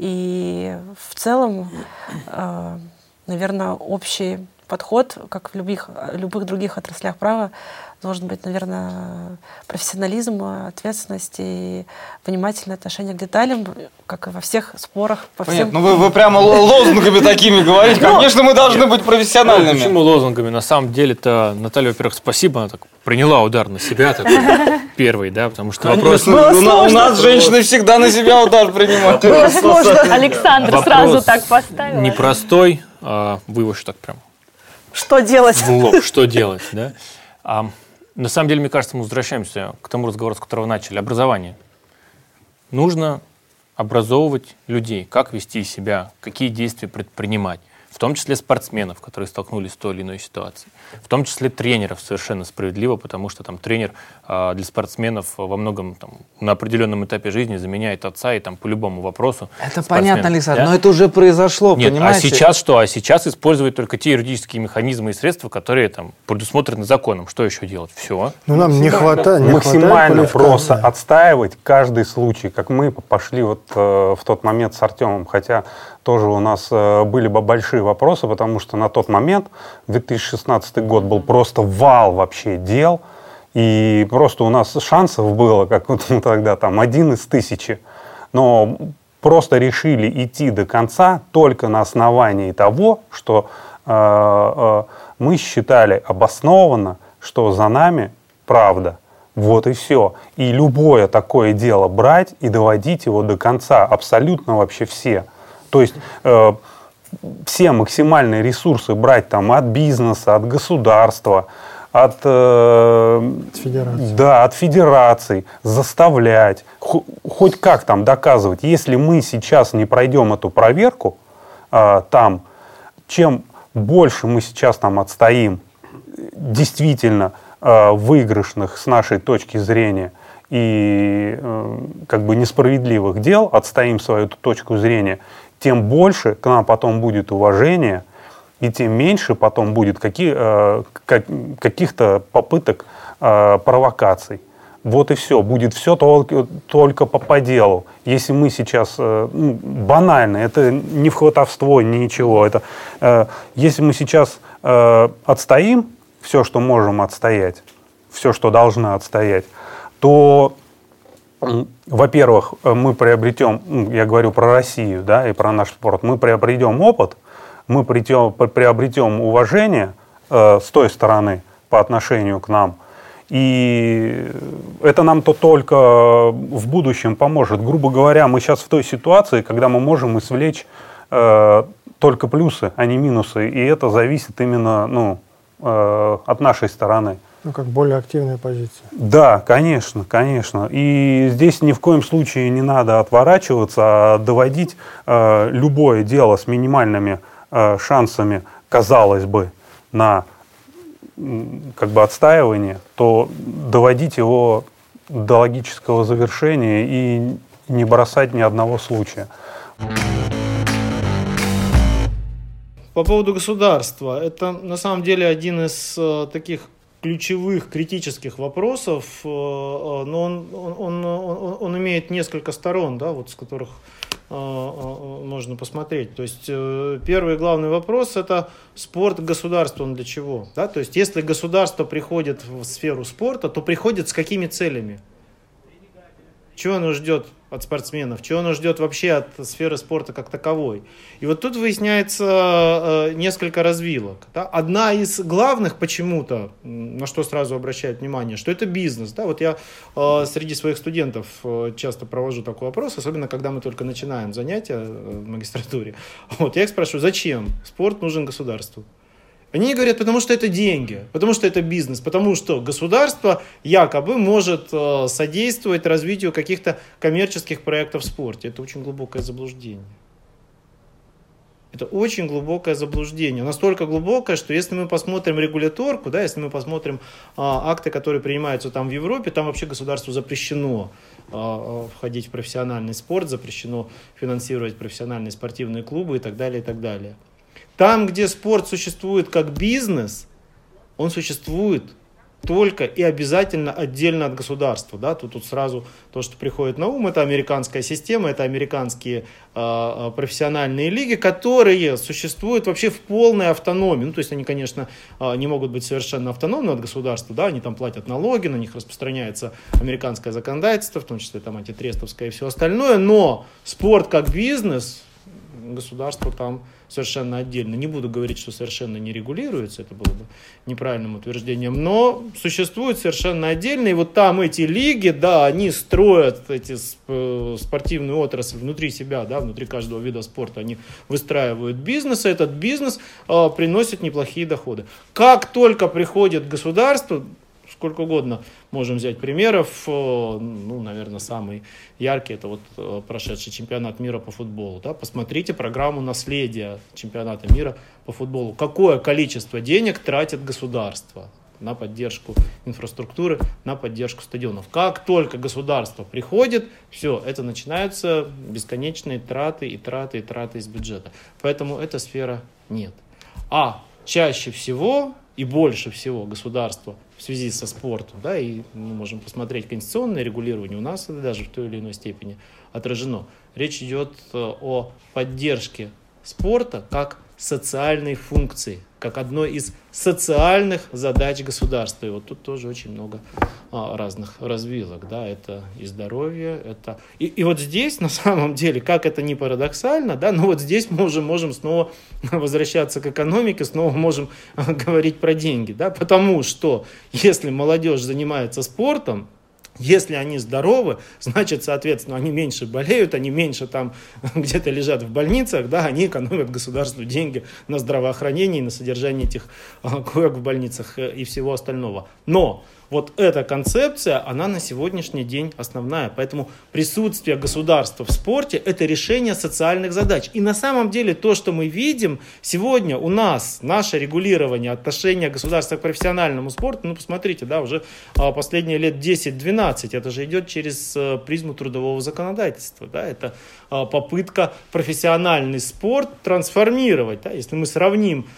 И в целом, э, наверное, общий подход, как в любых, любых других отраслях права, должен быть, наверное, профессионализм, ответственность и внимательное отношение к деталям, как и во всех спорах. По всем... Ну вы, вы прямо лозунгами такими говорите. Конечно, мы должны быть профессиональными. Почему лозунгами? На самом деле-то Наталья, во-первых, спасибо, она так приняла удар на себя такой, первый, да, потому что вопрос... Конечно, у, на- у нас женщины всегда на себя удар принимают. Александр Вопрос сразу так поставил. непростой, а вы его так прям Что делать? в лоб, что делать, да? А, на самом деле, мне кажется, мы возвращаемся к тому разговору, с которого начали. Образование. Нужно образовывать людей, как вести себя, какие действия предпринимать. В в том числе спортсменов, которые столкнулись с той или иной ситуацией, в том числе тренеров, совершенно справедливо, потому что там тренер э, для спортсменов во многом там, на определенном этапе жизни заменяет отца и там по любому вопросу. Это понятно, Александр, да? но это уже произошло, Нет, понимаете? А сейчас что? А сейчас используют только те юридические механизмы и средства, которые там предусмотрены законом. Что еще делать? Все. Ну, нам не хватает, не Максимально хватает просто отстаивать каждый случай, как мы пошли вот э, в тот момент с Артемом, хотя тоже у нас э, были бы большие вопросы, потому что на тот момент, две тысячи шестнадцатый год, был просто вал вообще дел, и просто у нас шансов было, как вот тогда, там, один из тысячи, но просто решили идти до конца только на основании того, что э, э, мы считали обоснованно, что за нами правда. Вот и все. И любое такое дело брать и доводить его до конца. Абсолютно вообще все. То есть э, все максимальные ресурсы брать там от бизнеса, от государства, от, э, От федерации. Да, от федераций, заставлять, хоть как там доказывать. Если мы сейчас не пройдем эту проверку, э, там, чем больше мы сейчас там отстоим, действительно, выигрышных с нашей точки зрения и э, как бы несправедливых дел, отстоим свою эту точку зрения, тем больше к нам потом будет уважения, и тем меньше потом будет какие, э, как, каких-то попыток э, провокаций. Вот и все. Будет все только, только по, по делу. Если мы сейчас... Э, ну, банально, это не в хватовство, ничего. Это, э, если мы сейчас э, отстоим все, что можем отстоять, все, что должны отстоять, то, во-первых, мы приобретем, я говорю про Россию, да, и про наш спорт, мы приобретем опыт, мы приобретем уважение э, с той стороны по отношению к нам, и это нам-то только в будущем поможет. Грубо говоря, мы сейчас в той ситуации, когда мы можем извлечь э, только плюсы, а не минусы, и это зависит именно, ну, от нашей стороны. Ну, как более активная позиция. Да, конечно, конечно. И здесь ни в коем случае не надо отворачиваться, а доводить э, любое дело с минимальными э, шансами, казалось бы, на как бы отстаивание, то доводить его до логического завершения и не бросать ни одного случая. По поводу государства, это на самом деле один из э, таких ключевых, критических вопросов, э, но он, он, он, он, он имеет несколько сторон, да, вот, с которых э, э, можно посмотреть. То есть э, первый и главный вопрос – это спорт государства, он для чего? Да? То есть если государство приходит в сферу спорта, то приходит с какими целями? Чего оно ждет от спортсменов, чего оно ждет вообще от сферы спорта как таковой. И вот тут выясняется э, несколько развилок. Да? Одна из главных почему-то, на что сразу обращают внимание, что это бизнес. Да? Вот я э, среди своих студентов э, часто провожу такой вопрос, особенно когда мы только начинаем занятия в магистратуре. Вот, я их спрашиваю, зачем спорт нужен государству? Они говорят, потому что это деньги, потому что это бизнес, потому что государство якобы может э, содействовать развитию каких-то коммерческих проектов в спорте. Это очень глубокое заблуждение. Это очень глубокое заблуждение. Настолько глубокое, что если мы посмотрим регуляторку, да, если мы посмотрим э, акты, которые принимаются там в Европе, там вообще государству запрещено э, входить в профессиональный спорт, запрещено финансировать профессиональные спортивные клубы и так далее, и так далее. Там, где спорт существует как бизнес, он существует только и обязательно отдельно от государства. Да? Тут, тут сразу то, что приходит на ум, это американская система, это американские э, профессиональные лиги, которые существуют вообще в полной автономии. Ну, то есть они, конечно, э, не могут быть совершенно автономны от государства, да? Они там платят налоги, на них распространяется американское законодательство, в том числе там антитрестовское и все остальное, но спорт как бизнес, государство там совершенно отдельно. Не буду говорить, что совершенно не регулируется, это было бы неправильным утверждением, но существует совершенно отдельно, и вот там эти лиги, да, они строят эти спортивную отрасль внутри себя, да, внутри каждого вида спорта, они выстраивают бизнес, и этот бизнес э, приносит неплохие доходы. Как только приходит государство, сколько угодно можем взять примеров. Ну, наверное, самый яркий это вот прошедший чемпионат мира по футболу. Да? Посмотрите программу наследия чемпионата мира по футболу. Какое количество денег тратит государство на поддержку инфраструктуры, на поддержку стадионов. Как только государство приходит, все, это начинаются бесконечные траты и траты и траты из бюджета. Поэтому эта сфера нет. А чаще всего и больше всего государство в связи со спортом, да, и мы можем посмотреть конституционное регулирование, у нас это даже в той или иной степени отражено. Речь идет о поддержке спорта как социальной функции, как одной из социальных задач государства. И вот тут тоже очень много а, разных развилок. Да? Это и здоровье, это... И, и вот здесь, на самом деле, как это ни парадоксально, да, но вот здесь мы уже можем снова возвращаться к экономике, снова можем говорить про деньги. Да? Потому что если молодежь занимается спортом, если они здоровы, значит, соответственно, они меньше болеют, они меньше там где-то лежат в больницах, да, они экономят государству деньги на здравоохранение, на содержание этих коек в больницах и всего остального. Но вот эта концепция, она на сегодняшний день основная. Поэтому присутствие государства в спорте – это решение социальных задач. И на самом деле то, что мы видим сегодня у нас, наше регулирование отношения государства к профессиональному спорту, ну, посмотрите, да, уже последние лет десять-двенадцать, это же идет через призму трудового законодательства. Да, это попытка профессиональный спорт трансформировать. Да, если мы сравним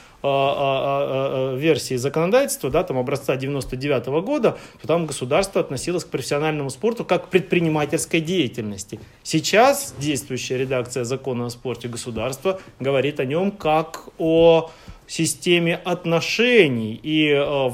версии законодательства, да, там образца девяносто девятого года, то там государство относилось к профессиональному спорту как к предпринимательской деятельности. Сейчас действующая редакция закона о спорте государства говорит о нем как о системе отношений и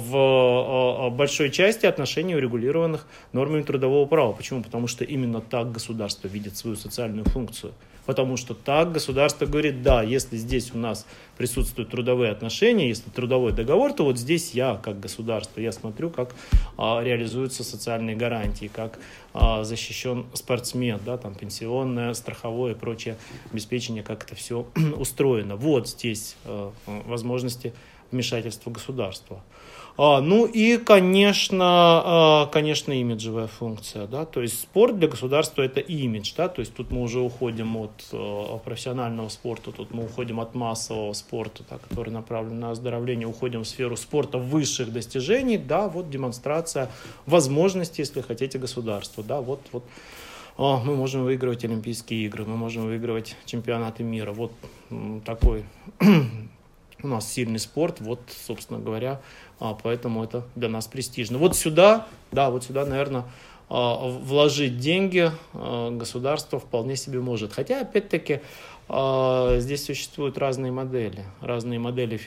в большой части отношений, урегулированных нормами трудового права. Почему? Потому что именно так государство видит свою социальную функцию. Потому что так государство говорит, да, если здесь у нас присутствуют трудовые отношения, если трудовой договор, то вот здесь я, как государство, я смотрю, как а, реализуются социальные гарантии, как а, защищен спортсмен, да, там пенсионное, страховое и прочее обеспечение, как это все устроено. Вот здесь а, возможности вмешательства государства. А, ну и, конечно, а, конечно, имиджевая функция, да, то есть спорт для государства это имидж, да, то есть тут мы уже уходим от а, профессионального спорта, тут мы уходим от массового спорта, да, который направлен на оздоровление, уходим в сферу спорта высших достижений, да, вот демонстрация возможностей, если хотите, государства, да, вот, вот. А, мы можем выигрывать Олимпийские игры, мы можем выигрывать чемпионаты мира, вот такой у нас сильный спорт, вот, собственно говоря, поэтому это для нас престижно. Вот сюда, да, вот сюда, наверное, вложить деньги государство вполне себе может. Хотя, опять-таки, здесь существуют разные модели. Разные модели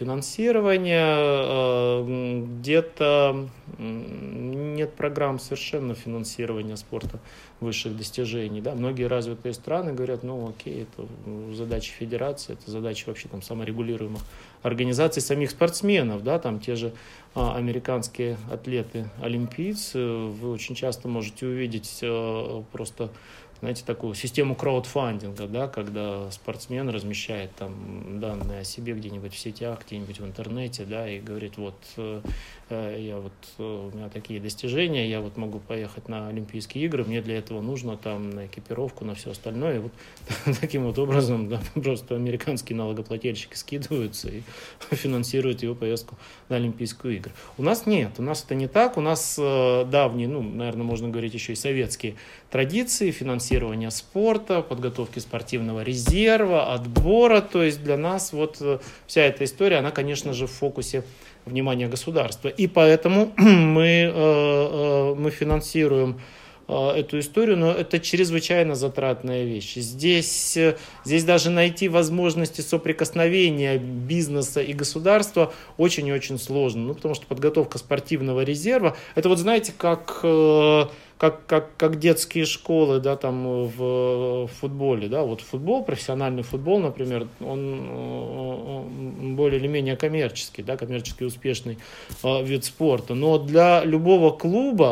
финансирования. Где-то нет программ совершенно финансирования спорта высших достижений. Да? Многие развитые страны говорят, ну окей, это задача федерации, это задача вообще там саморегулируемых организаций самих спортсменов. Да? Там те же а, американские атлеты-олимпийцы, вы очень часто можете увидеть а, просто, знаете, такую систему краудфандинга, да, когда спортсмен размещает там данные о себе где-нибудь в сетях, где-нибудь в интернете, да, и говорит, вот э, я вот у меня такие достижения, я вот могу поехать на Олимпийские игры, мне для этого нужно там на экипировку, на все остальное, и вот таким вот образом, да, просто американские налогоплательщики скидываются и финансируют его поездку на Олимпийские игры. У нас нет, у нас это не так, у нас э, давние, ну, наверное, можно говорить еще и советские традиции финансирования спорта, подготовки спортивного резерва, отбора. То есть для нас вот вся эта история, она, конечно же, в фокусе внимания государства. И поэтому мы, мы финансируем эту историю, но это чрезвычайно затратная вещь. Здесь, здесь даже найти возможности соприкосновения бизнеса и государства очень и очень сложно. Ну, потому что подготовка спортивного резерва, это вот знаете, как... Как, как, как детские школы, да, там в, в футболе, да, вот футбол, профессиональный футбол, например, он, он более или менее коммерческий, да, коммерчески успешный э, вид спорта, но для любого клуба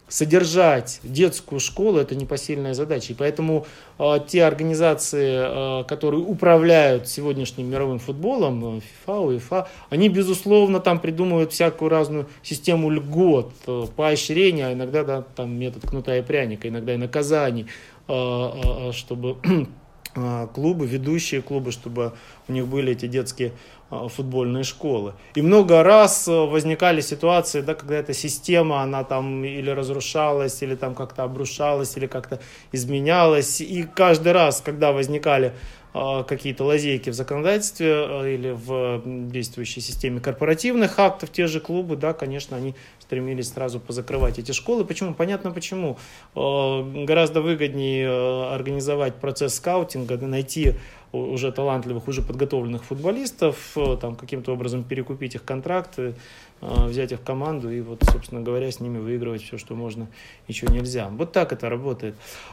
содержать детскую школу – это непосильная задача. И поэтому э, те организации, э, которые управляют сегодняшним мировым футболом, ФИФА, УЕФА, они, безусловно, там придумывают всякую разную систему льгот, э, поощрения, а иногда да, там метод кнута и пряника, иногда и наказаний, э, э, чтобы э, клубы, ведущие клубы, чтобы у них были эти детские футбольные школы. И много раз возникали ситуации, да, когда эта система, она там или разрушалась, или там как-то обрушалась, или как-то изменялась. И каждый раз, когда возникали э, какие-то лазейки в законодательстве э, или в действующей системе корпоративных актов, те же клубы, да, конечно, они стремились сразу позакрывать эти школы. Почему? Понятно почему. Э, гораздо выгоднее э, организовать процесс скаутинга, найти уже талантливых, уже подготовленных футболистов, там, каким-то образом перекупить их контракты, взять их в команду и, вот, собственно говоря, с ними выигрывать все, что можно, ничего нельзя. Вот так это работает.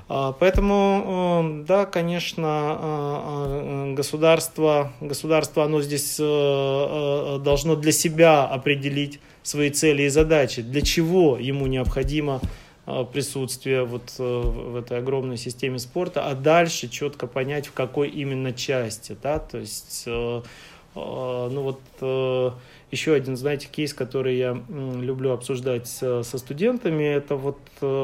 Поэтому, да, конечно, государство, государство, оно здесь должно для себя определить свои цели и задачи, для чего ему необходимо присутствие вот в этой огромной системе спорта, а дальше четко понять, в какой именно части, да, то есть, ну вот еще один, знаете, кейс, который я люблю обсуждать со студентами, это вот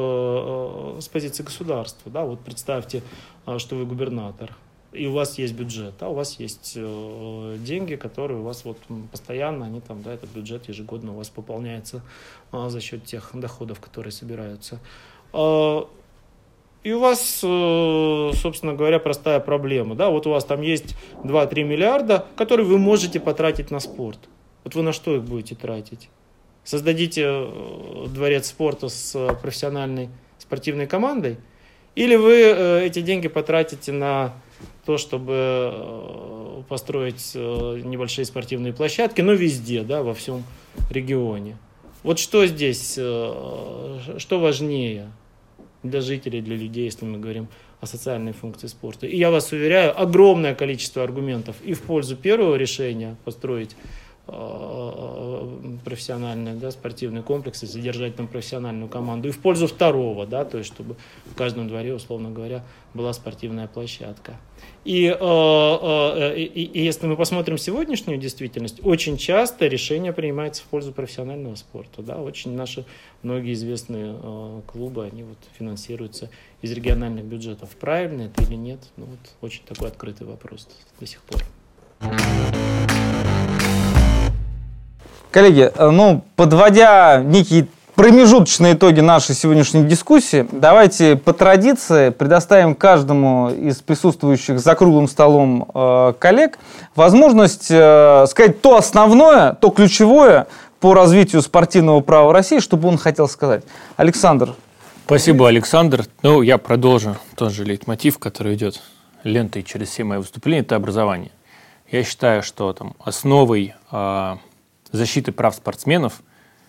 с позиции государства, да, вот представьте, что вы губернатор, и у вас есть бюджет, да, у вас есть э, деньги, которые у вас вот постоянно, они там, да, этот бюджет ежегодно у вас пополняется э, за счет тех доходов, которые собираются. Э, и у вас, э, собственно говоря, простая проблема, да, вот у вас там есть два-три миллиарда, которые вы можете потратить на спорт. Вот вы на что их будете тратить? Создадите дворец спорта с профессиональной спортивной командой? Или вы э, эти деньги потратите на то, чтобы построить небольшие спортивные площадки, но везде, да, во всем регионе. Вот что здесь, что важнее для жителей, для людей, если мы говорим о социальной функции спорта. И я вас уверяю, огромное количество аргументов и в пользу первого решения построить профессиональные, да, спортивные комплексы, содержать там профессиональную команду, и в пользу второго, да, то есть чтобы в каждом дворе, условно говоря, была спортивная площадка. И, э, э, и, и если мы посмотрим сегодняшнюю действительность, очень часто решение принимается в пользу профессионального спорта, да, очень наши многие известные э, клубы, они вот финансируются из региональных бюджетов. Правильно это или нет? Ну вот очень такой открытый вопрос до сих пор. Коллеги, ну, подводя некие промежуточные итоги нашей сегодняшней дискуссии, давайте по традиции предоставим каждому из присутствующих за круглым столом э, коллег возможность э, сказать то основное, то ключевое по развитию спортивного права России, чтобы он хотел сказать. Александр. Спасибо, Александр. Ну, я продолжу тот же лейтмотив, который идет лентой через все мои выступления, это образование. Я считаю, что там основой э, защиты прав спортсменов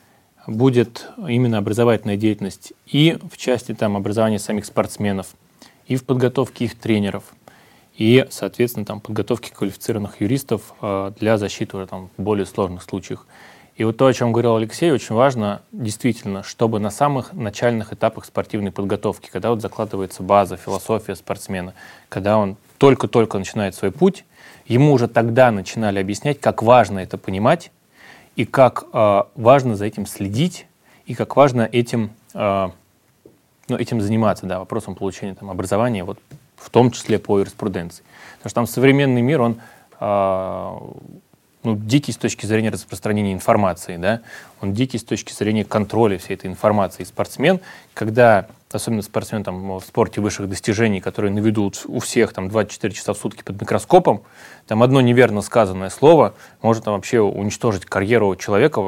будет именно образовательная деятельность и в части там, образования самих спортсменов, и в подготовке их тренеров, и, соответственно, там, подготовке квалифицированных юристов э, для защиты уже, там, в более сложных случаях. И вот то, о чем говорил Алексей, очень важно действительно, чтобы на самых начальных этапах спортивной подготовки, когда вот закладывается база, философия спортсмена, когда он только-только начинает свой путь, ему уже тогда начинали объяснять, как важно это понимать, и как э, важно за этим следить, и как важно этим, э, ну, этим заниматься, да, вопросом получения там, образования, вот, в том числе по юриспруденции. Потому что там современный мир, он э, ну, дикий с точки зрения распространения информации, да? Он дикий с точки зрения контроля всей этой информации. И спортсмен, когда, особенно спортсмен там, в спорте высших достижений, которые на виду у всех там, двадцать четыре часа в сутки под микроскопом, там одно неверно сказанное слово может там, вообще уничтожить карьеру человека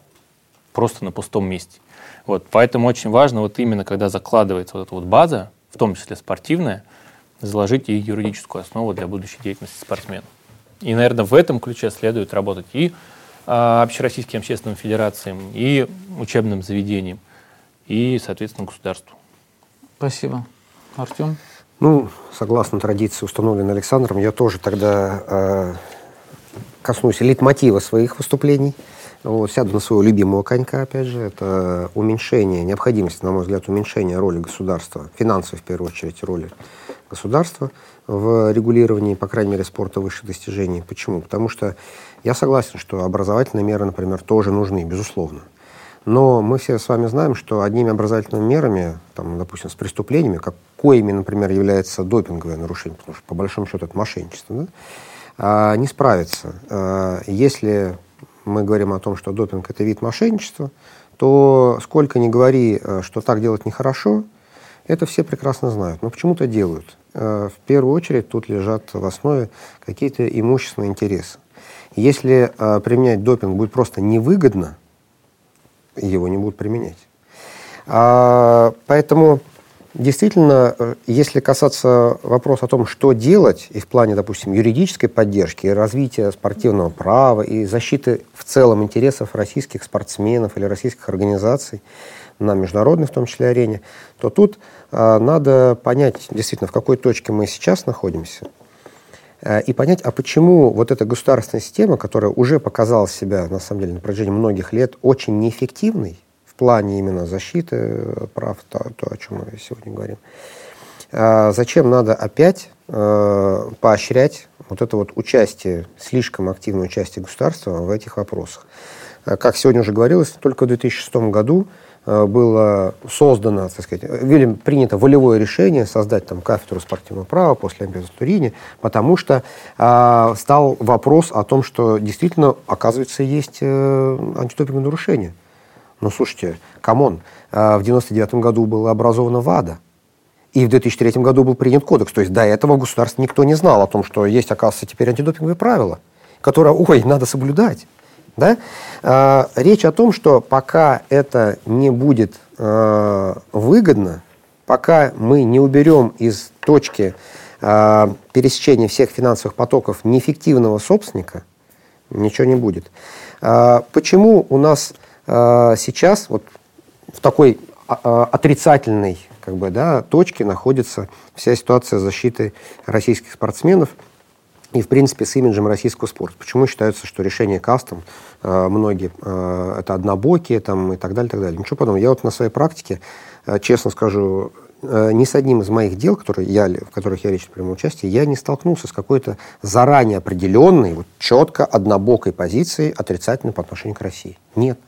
просто на пустом месте. Вот, поэтому очень важно, вот именно когда закладывается вот эта вот база, в том числе спортивная, заложить и юридическую основу для будущей деятельности спортсмена. И, наверное, в этом ключе следует работать и а, общероссийским общественным федерациям, и учебным заведениям, и, соответственно, государству. Спасибо. Артем? Ну, согласно традиции, установленной Александром, я тоже тогда э, коснусь лейтмотива своих выступлений. Вот, сяду на своего любимого конька, опять же, это уменьшение, необходимость, на мой взгляд, уменьшения роли государства, финансовой, в первую очередь, роли государства в регулировании, по крайней мере, спорта высших достижений. Почему? Потому что я согласен, что образовательные меры, например, тоже нужны, безусловно. Но мы все с вами знаем, что одними образовательными мерами, там, допустим, с преступлениями, какими, например, является допинговое нарушение, потому что, по большому счету, это мошенничество, да, не справиться. Если мы говорим о том, что допинг – это вид мошенничества, то сколько ни говори, что так делать нехорошо, это все прекрасно знают. Но почему-то делают. В первую очередь тут лежат в основе какие-то имущественные интересы. Если применять допинг будет просто невыгодно, его не будут применять. Поэтому действительно, если касаться вопроса о том, что делать и в плане, допустим, юридической поддержки, и развития спортивного права, и защиты в целом интересов российских спортсменов или российских организаций на международной, в том числе, арене, то тут а, надо понять, действительно, в какой точке мы сейчас находимся, а, и понять, а почему вот эта государственная система, которая уже показала себя, на самом деле, на протяжении многих лет очень неэффективной, в плане именно защиты прав, то, то о чем мы сегодня говорим. А зачем надо опять э, поощрять вот это вот участие, слишком активное участие государства в этих вопросах? Как сегодня уже говорилось, только в две тысячи шестом году э, было создано, так сказать, или принято волевое решение создать там кафедру спортивного права после Олимпиады в Турине, потому что э, стал вопрос о том, что действительно, оказывается, есть э, антидопинговые нарушения. Ну, слушайте, камон, в девяносто девятом году была образована ВАДА, и в две тысячи третьем году был принят кодекс. То есть до этого в государстве никто не знал о том, что есть, оказывается, теперь антидопинговые правила, которые, ой, надо соблюдать. Да? А, речь о том, что пока это не будет а, выгодно, пока мы не уберем из точки а, пересечения всех финансовых потоков неэффективного собственника, ничего не будет. А, почему у нас сейчас вот в такой отрицательной как бы, да, точке находится вся ситуация защиты российских спортсменов и, в принципе, с имиджем российского спорта? Почему считается, что решения КАС, многие, это однобокие там, и так далее, и так далее? Ничего подобного. Я вот на своей практике, честно скажу, ни с одним из моих дел, которые я, в которых я лично принимал участие, я не столкнулся с какой-то заранее определенной, вот, четко однобокой позицией отрицательной по отношению к России. Нет.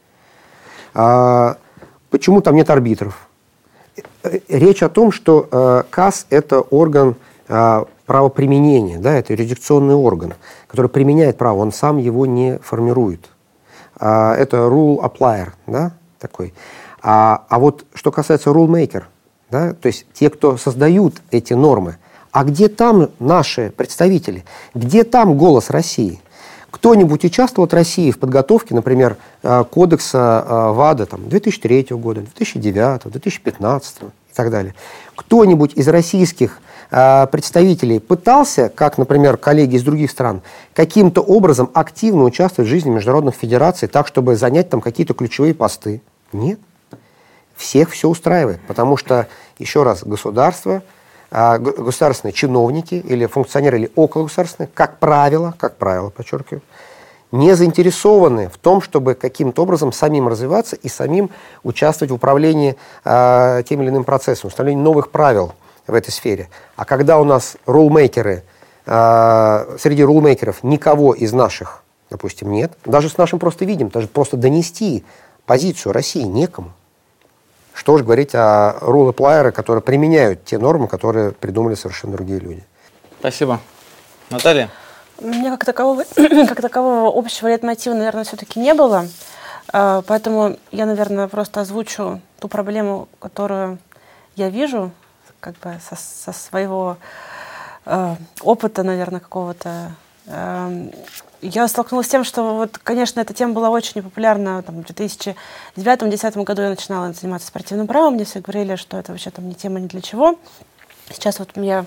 А, почему там нет арбитров? Речь о том, что а, КАС – это орган а, правоприменения, да, это юрисдикционный орган, который применяет право, он сам его не формирует. А, это rule applier, да, такой. А, а вот что касается rule maker, да, то есть те, кто создают эти нормы, а где там наши представители? Где там голос России? Кто-нибудь участвовал от России в подготовке, например, кодекса ВАДА там, две тысячи третьего года, две тысячи девятого, две тысячи пятнадцатого и так далее? Кто-нибудь из российских представителей пытался, как, например, коллеги из других стран, каким-то образом активно участвовать в жизни международных федераций так, чтобы занять там какие-то ключевые посты? Нет. Всех все устраивает, потому что, еще раз, государство, государственные чиновники или функционеры, или окологосударственные, как правило, как правило, подчеркиваю, не заинтересованы в том, чтобы каким-то образом самим развиваться и самим участвовать в управлении э, тем или иным процессом, установлении новых правил в этой сфере. А когда у нас рулмейкеры, э, среди рулмейкеров никого из наших, допустим, нет, даже с нашим просто видим, даже просто донести позицию России некому. Что уж говорить о рул-эплайерах, которые применяют те нормы, которые придумали совершенно другие люди. Спасибо. Наталья? У меня как такового, как такового общего лейтмотива, наверное, все-таки не было. Поэтому я, наверное, просто озвучу ту проблему, которую я вижу как бы со, со своего э, опыта, наверное, какого-то. Э, я столкнулась с тем, что, вот, конечно, эта тема была очень популярна там, в две тысячи девятом — две тысячи десятом году я начинала заниматься спортивным правом. Мне все говорили, что это вообще там не тема ни для чего. Сейчас вот мне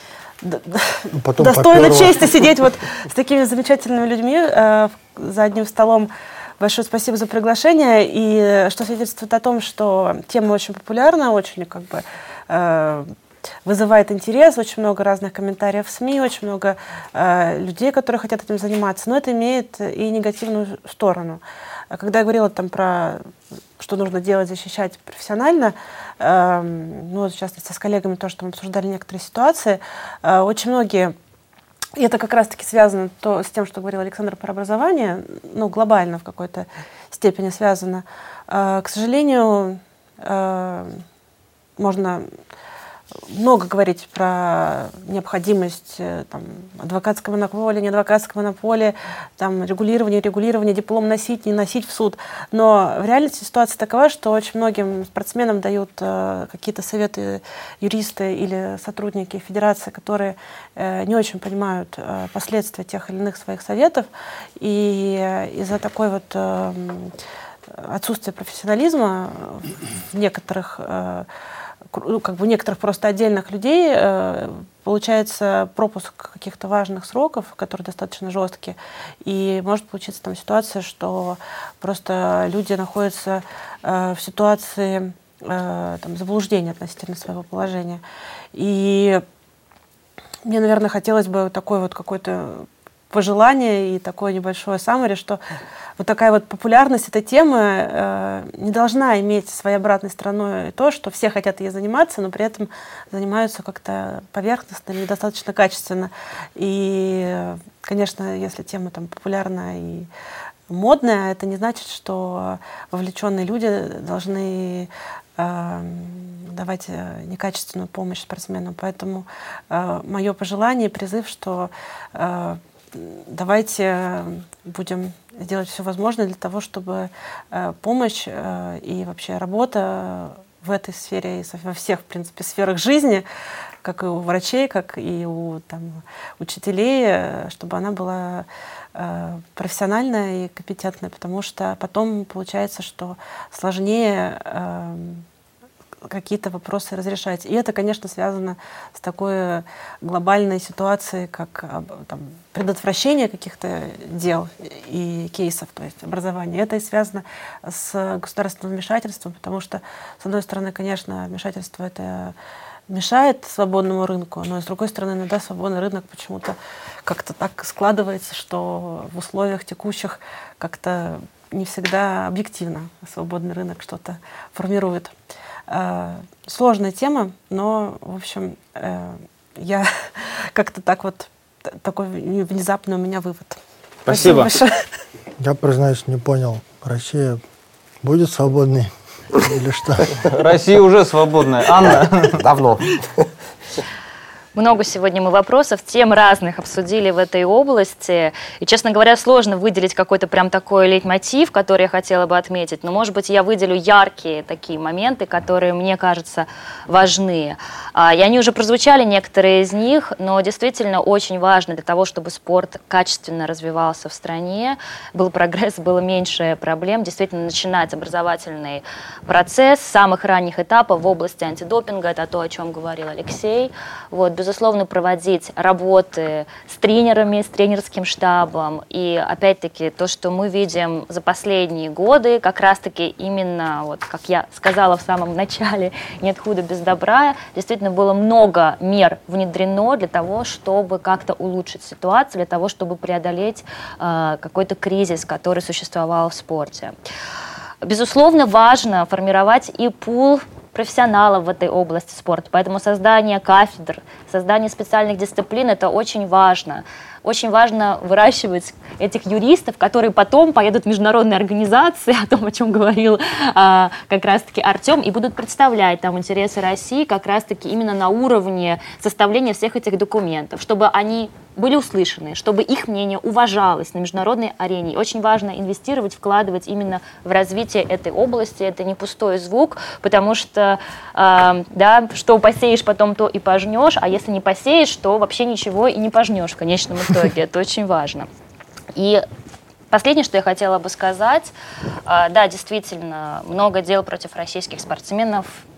Потом достойно чести сидеть вот с такими замечательными людьми э, за одним столом. Большое спасибо за приглашение. И что свидетельствует о том, что тема очень популярна, очень как бы э, вызывает интерес, очень много разных комментариев в СМИ, очень много э, людей, которые хотят этим заниматься, но это имеет и негативную сторону. Когда я говорила там про что нужно делать, защищать профессионально, э, ну, в частности, с коллегами тоже там обсуждали некоторые ситуации, э, очень многие, и это как раз-таки связано то, с тем, что говорил Александр про образование, ну, глобально в какой-то степени связано. Э, к сожалению, э, можно много говорить про необходимость там, адвокатского монополия, не адвокатского монополия, там, регулирование, регулирование, диплом носить, не носить в суд. Но в реальности ситуация такова, что очень многим спортсменам дают э, какие-то советы юристы или сотрудники федерации, которые э, не очень понимают э, последствия тех или иных своих советов. И э, из-за такой вот э, отсутствия профессионализма в некоторых э, ну, как бы у некоторых просто отдельных людей э, получается пропуск каких-то важных сроков, которые достаточно жесткие, и может получиться там ситуация, что просто люди находятся э, в ситуации э, там, заблуждения относительно своего положения. И мне, наверное, хотелось бы такой вот какой-то пожелание и такое небольшое саммари, что вот такая вот популярность этой темы э, не должна иметь своей обратной стороной то, что все хотят ей заниматься, но при этом занимаются как-то поверхностно или недостаточно качественно. И, конечно, если тема там популярна и модная, это не значит, что вовлеченные люди должны э, давать некачественную помощь спортсменам. Поэтому э, мое пожелание, призыв, что э, давайте будем делать все возможное для того, чтобы э, помощь э, и вообще работа в этой сфере и во всех, в принципе, сферах жизни, как и у врачей, как и у там, учителей, э, чтобы она была э, профессиональная и компетентная, потому что потом получается, что сложнее э, какие-то вопросы разрешать. И это, конечно, связано с такой глобальной ситуацией, как там, предотвращение каких-то дел и кейсов, то есть образование. Это и связано с государственным вмешательством, потому что, с одной стороны, конечно, вмешательство это мешает свободному рынку, но, с другой стороны, иногда свободный рынок почему-то как-то так складывается, что в условиях текущих как-то не всегда объективно свободный рынок что-то формирует. Сложная тема, но, в общем, я как-то так вот, такой внезапный у меня вывод. Спасибо. Спасибо большое. Я, признаюсь, не понял, Россия будет свободной или что? Россия уже свободная. Анна? Давно. Много сегодня мы вопросов, тем разных обсудили в этой области. И, честно говоря, сложно выделить какой-то прям такой лейтмотив, который я хотела бы отметить. Но, может быть, я выделю яркие такие моменты, которые мне кажутся важны. И они уже прозвучали, некоторые из них, но действительно очень важно для того, чтобы спорт качественно развивался в стране, был прогресс, было меньше проблем, действительно начинать образовательный процесс с самых ранних этапов в области антидопинга. Это то, о чем говорил Алексей. Вот, безусловно, проводить работы с тренерами, с тренерским штабом. И, опять-таки, то, что мы видим за последние годы, как раз-таки именно, вот, как я сказала в самом начале, нет худа без добра, действительно было много мер внедрено для того, чтобы как-то улучшить ситуацию, для того, чтобы преодолеть э, какой-то кризис, который существовал в спорте. Безусловно, важно формировать и пул профессионалов в этой области спорта. Поэтому создание кафедр, создание специальных дисциплин – это очень важно. Очень важно выращивать этих юристов, которые потом поедут в международные организации, о том, о чем говорил а, как раз-таки Артем, и будут представлять там интересы России как раз-таки именно на уровне составления всех этих документов, чтобы они были услышаны, чтобы их мнение уважалось на международной арене. И очень важно инвестировать, вкладывать именно в развитие этой области. Это не пустой звук, потому что, э, да, что посеешь, потом то и пожнешь, а если не посеешь, то вообще ничего и не пожнешь в конечном итоге. Это очень важно. И последнее, что я хотела бы сказать, э, да, действительно, много дел против российских спортсменов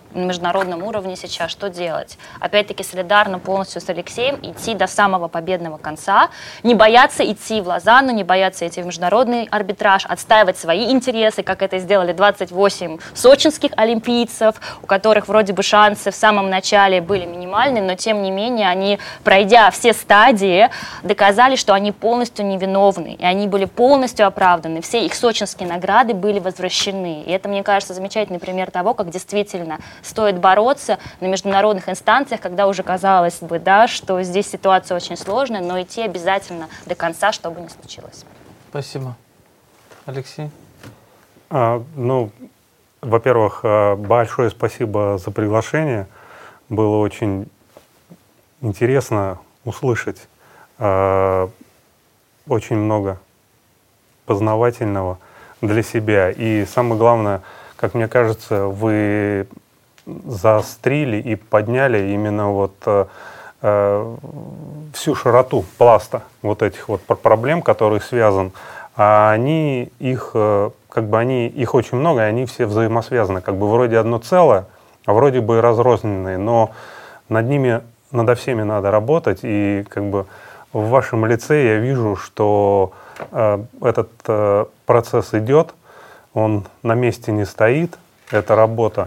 на международном уровне сейчас, что делать? Опять-таки солидарно полностью с Алексеем идти до самого победного конца, не бояться идти в Лозанну, не бояться идти в международный арбитраж, отстаивать свои интересы, как это сделали двадцать восемь сочинских олимпийцев, у которых вроде бы шансы в самом начале были минимальны, но тем не менее они, пройдя все стадии, доказали, что они полностью невиновны, и они были полностью оправданы, все их сочинские награды были возвращены. И это, мне кажется, замечательный пример того, как действительно стоит бороться на международных инстанциях, когда уже казалось бы, да, что здесь ситуация очень сложная, но идти обязательно до конца, что бы ни случилось. Спасибо. Алексей? А, ну, во-первых, большое спасибо за приглашение. Было очень интересно услышать а, очень много познавательного для себя. И самое главное, как мне кажется, вы заострили и подняли именно вот э, всю широту пласта вот этих вот проблем, которые связаны. А они их, э, как бы они, их очень много, и они все взаимосвязаны. Как бы вроде одно целое, а вроде бы и разрозненные, но над ними, надо всеми надо работать. И как бы в вашем лице я вижу, что э, этот э, процесс идет, он на месте не стоит, эта работа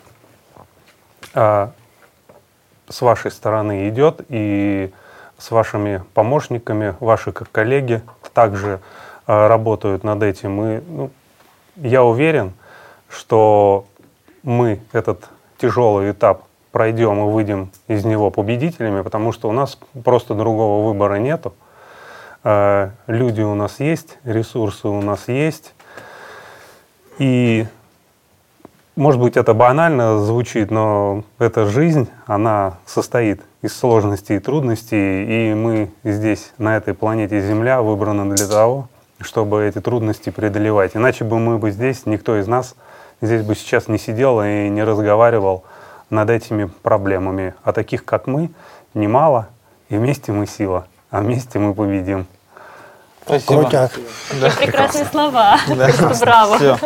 а, с вашей стороны идет, и с вашими помощниками, ваши как коллеги также а, работают над этим. И, ну, я уверен, что мы этот тяжелый этап пройдем и выйдем из него победителями, потому что у нас просто другого выбора нету. А, люди у нас есть, ресурсы у нас есть. И, может быть, это банально звучит, но эта жизнь, она состоит из сложностей и трудностей, и мы здесь, на этой планете Земля, выбраны для того, чтобы эти трудности преодолевать. Иначе бы мы бы здесь, никто из нас здесь бы сейчас не сидел и не разговаривал над этими проблемами. А таких, как мы, немало, и вместе мы сила, а вместе мы победим. Спасибо. Крутяк. Да. Прекрасные слова. Да. Браво. Все.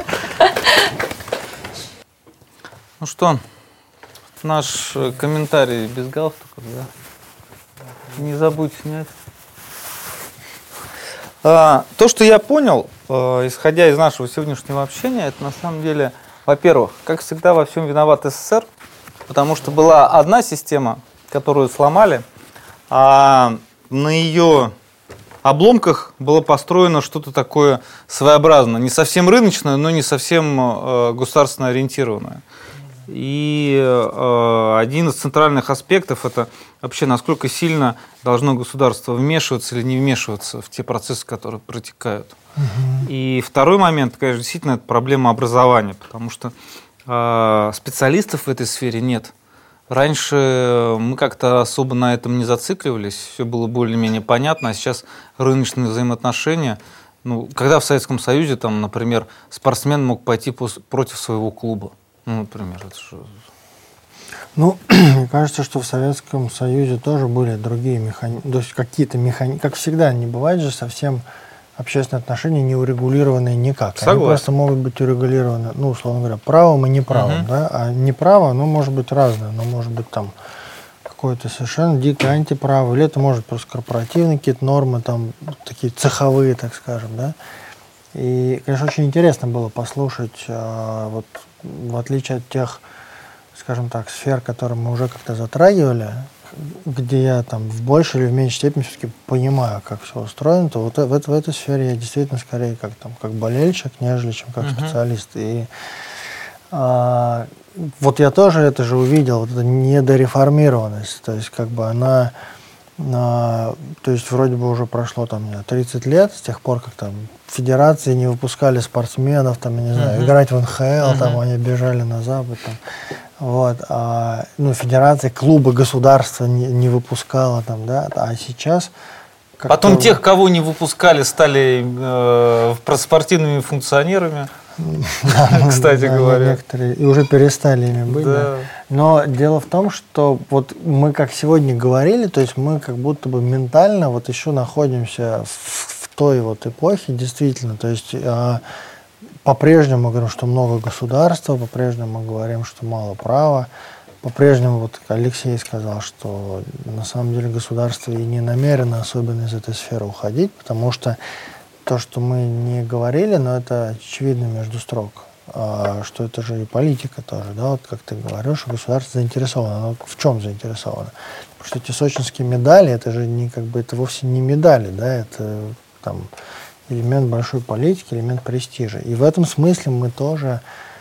Ну что, наш комментарий без галстуков, да? Не забудь снять. А, то, что я понял, э, исходя из нашего сегодняшнего общения, это на самом деле, во-первых, как всегда, во всем виноват СССР, потому что была одна система, которую сломали, а на ее обломках было построено что-то такое своеобразное, не совсем рыночное, но не совсем э, государственно ориентированное. И э, один из центральных аспектов – это вообще насколько сильно должно государство вмешиваться или не вмешиваться в те процессы, которые протекают. Угу. И второй момент, конечно, действительно, это проблема образования, потому что э, специалистов в этой сфере нет. Раньше мы как-то особо на этом не зацикливались, все было более-менее понятно, а сейчас рыночные взаимоотношения. Ну, когда в Советском Союзе, там, например, спортсмен мог пойти против своего клуба. Ну, например, это что? Ну, мне кажется, что в Советском Союзе тоже были другие механизмы, то есть какие-то механизмы, как всегда, не бывает же совсем общественные отношения не урегулированные никак. Согласен. Они просто могут быть урегулированы, ну, условно говоря, правом и неправом, uh-huh. да, а неправо, оно может быть разное, оно может быть там какое-то совершенно дикое антиправо, или это может просто корпоративные какие-то нормы, там, такие цеховые, так скажем, да. И, конечно, очень интересно было послушать, а, вот, в отличие от тех, скажем так, сфер, которые мы уже как-то затрагивали, где я там в большей или в меньшей степени все-таки понимаю, как все устроено, то вот в, в, в этой сфере я действительно скорее как, там, как болельщик, нежели чем как uh-huh. специалист. И а, вот я тоже это же увидел, вот эта недореформированность, то есть как бы она, а, то есть вроде бы уже прошло там тридцать лет, с тех пор, как там федерации не выпускали спортсменов, там, я не знаю, uh-huh. играть в эн ха эл, uh-huh. там они бежали на Запад, там. Вот, а, ну, федерация, клубы, государство не, не выпускало там, да, а сейчас... Потом тех, кого не выпускали, стали э, спортивными функционерами, кстати говоря. Некоторые и уже перестали ими быть, да. Но дело в том, что вот мы как сегодня говорили, то есть мы как будто бы ментально вот еще находимся в, в той вот эпохе, действительно, то есть... по-прежнему говорим, что много государства, по-прежнему мы говорим, что мало права. По-прежнему, вот Алексей сказал, что на самом деле государство и не намерено особенно из этой сферы уходить, потому что то, что мы не говорили, но это очевидно между строк, а, что это же и политика тоже, да, вот как ты говоришь, что государство заинтересовано. Оно в чем заинтересовано? Потому что эти сочинские медали, это же не как бы, это вовсе не медали, да, это там элемент большой политики, элемент престижа. И в этом смысле мы тоже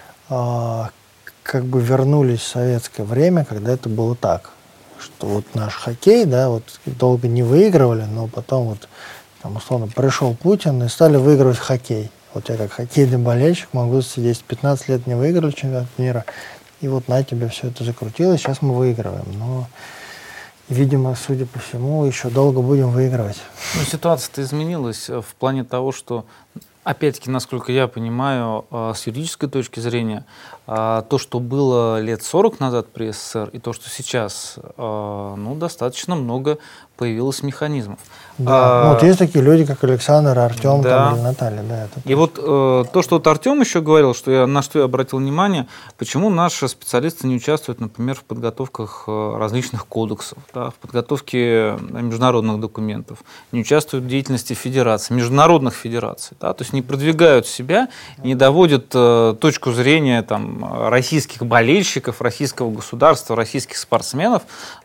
а, как бы вернулись в советское время, когда это было так, что вот наш хоккей, да, вот долго не выигрывали, но потом вот, там, условно, пришел Путин и стали выигрывать хоккей. Вот я как хоккейный болельщик могу сидеть пятнадцать лет не выиграли чемпионат мира, и вот на тебе все это закрутилось, сейчас мы выигрываем. Но, видимо, судя по всему, еще долго будем выигрывать. Ну, ситуация-то изменилась в плане того, что, опять-таки, насколько я понимаю, с юридической точки зрения, то, что было лет сорок назад при СССР, и то, что сейчас, ну, достаточно много появилось механизмов. Да. А, ну, вот есть такие люди, как Александр, Артем, да. там, или Наталья. Да, это и вот э, то, что вот Артем еще говорил, что я, на что я обратил внимание, почему наши специалисты не участвуют, например, в подготовках различных кодексов, да, в подготовке международных документов, не участвуют в деятельности федераций, международных федераций, да, то есть не продвигают себя, не доводят э, точку зрения там, российских болельщиков, российского государства, российских спортсменов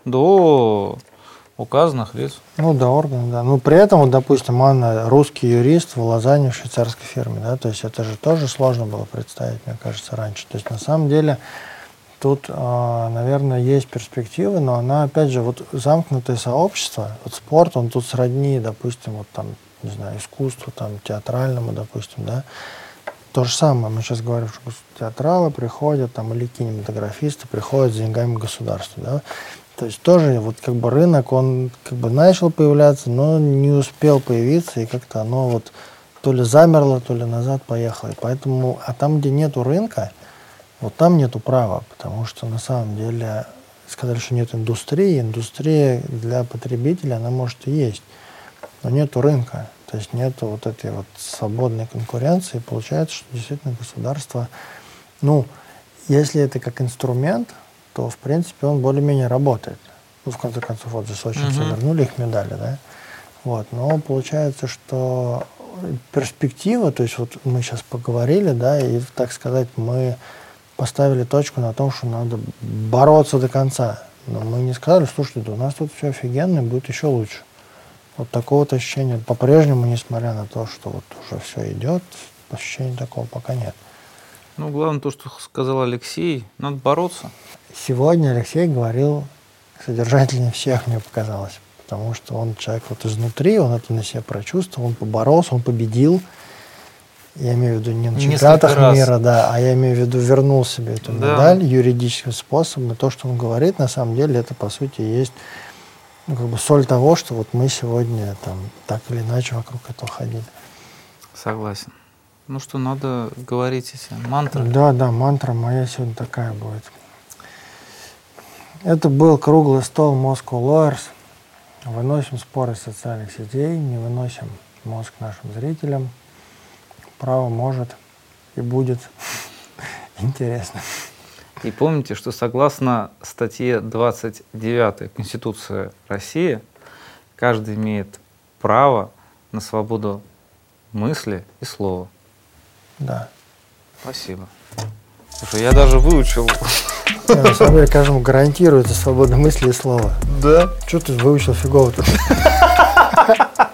до указанных лиц. Ну, до органов, да. Ну, при этом, вот, допустим, Анна русский юрист в Лозанне в швейцарской фирме, да, то есть это же тоже сложно было представить, мне кажется, раньше. То есть на самом деле тут, э, наверное, есть перспективы, но она, опять же, вот замкнутое сообщество, вот спорт, он тут сродни, допустим, вот там, не знаю, искусству, там, театральному, допустим, да. То же самое, мы сейчас говорим, что театралы приходят, там, или кинематографисты приходят с деньгами государства, да. То есть тоже вот как бы рынок, он как бы начал появляться, но не успел появиться, и как-то оно вот то ли замерло, то ли назад поехало. И поэтому, а там, где нету рынка, вот там нету права, потому что на самом деле сказали, что нет индустрии, индустрия для потребителя, она может и есть, но нету рынка, то есть нету вот этой вот свободной конкуренции, и получается, что действительно государство, ну, если это как инструмент, то, в принципе, он более-менее работает. Ну, в конце концов, вот за сочинцы uh-huh. вернули их медали, да? Вот. Но получается, что перспектива, то есть вот мы сейчас поговорили, да, и, так сказать, мы поставили точку на том, что надо бороться до конца. Но мы не сказали, слушайте, да у нас тут все офигенно, будет еще лучше. Вот такого-то ощущения по-прежнему, несмотря на то, что вот уже все идет, ощущения такого пока нет. Ну, главное то, что сказал Алексей, надо бороться. Сегодня Алексей говорил содержательнее всех, мне показалось. Потому что он человек вот изнутри, он это на себе прочувствовал, он поборолся, он победил. Я имею в виду не на чемпионатах мира, да, а я имею в виду вернул себе эту да. медаль юридическим способом. И то, что он говорит, на самом деле, это, по сути, есть ну, как бы соль того, что вот мы сегодня там так или иначе вокруг этого ходили. Согласен. Ну что, надо говорить эти мантры. Да, да, мантра моя сегодня такая будет. Это был круглый стол Moscow Lawyers. Выносим споры из социальных сетей, не выносим мозг нашим зрителям. Право может и будет интересно. И помните, что согласно статье двадцать девятой Конституции России, каждый имеет право на свободу мысли и слова. Да. Спасибо. Слушай, я даже выучил. Я, на самом деле, каждому гарантируется свобода мысли и слова. Да? Что ты выучил фигово тут?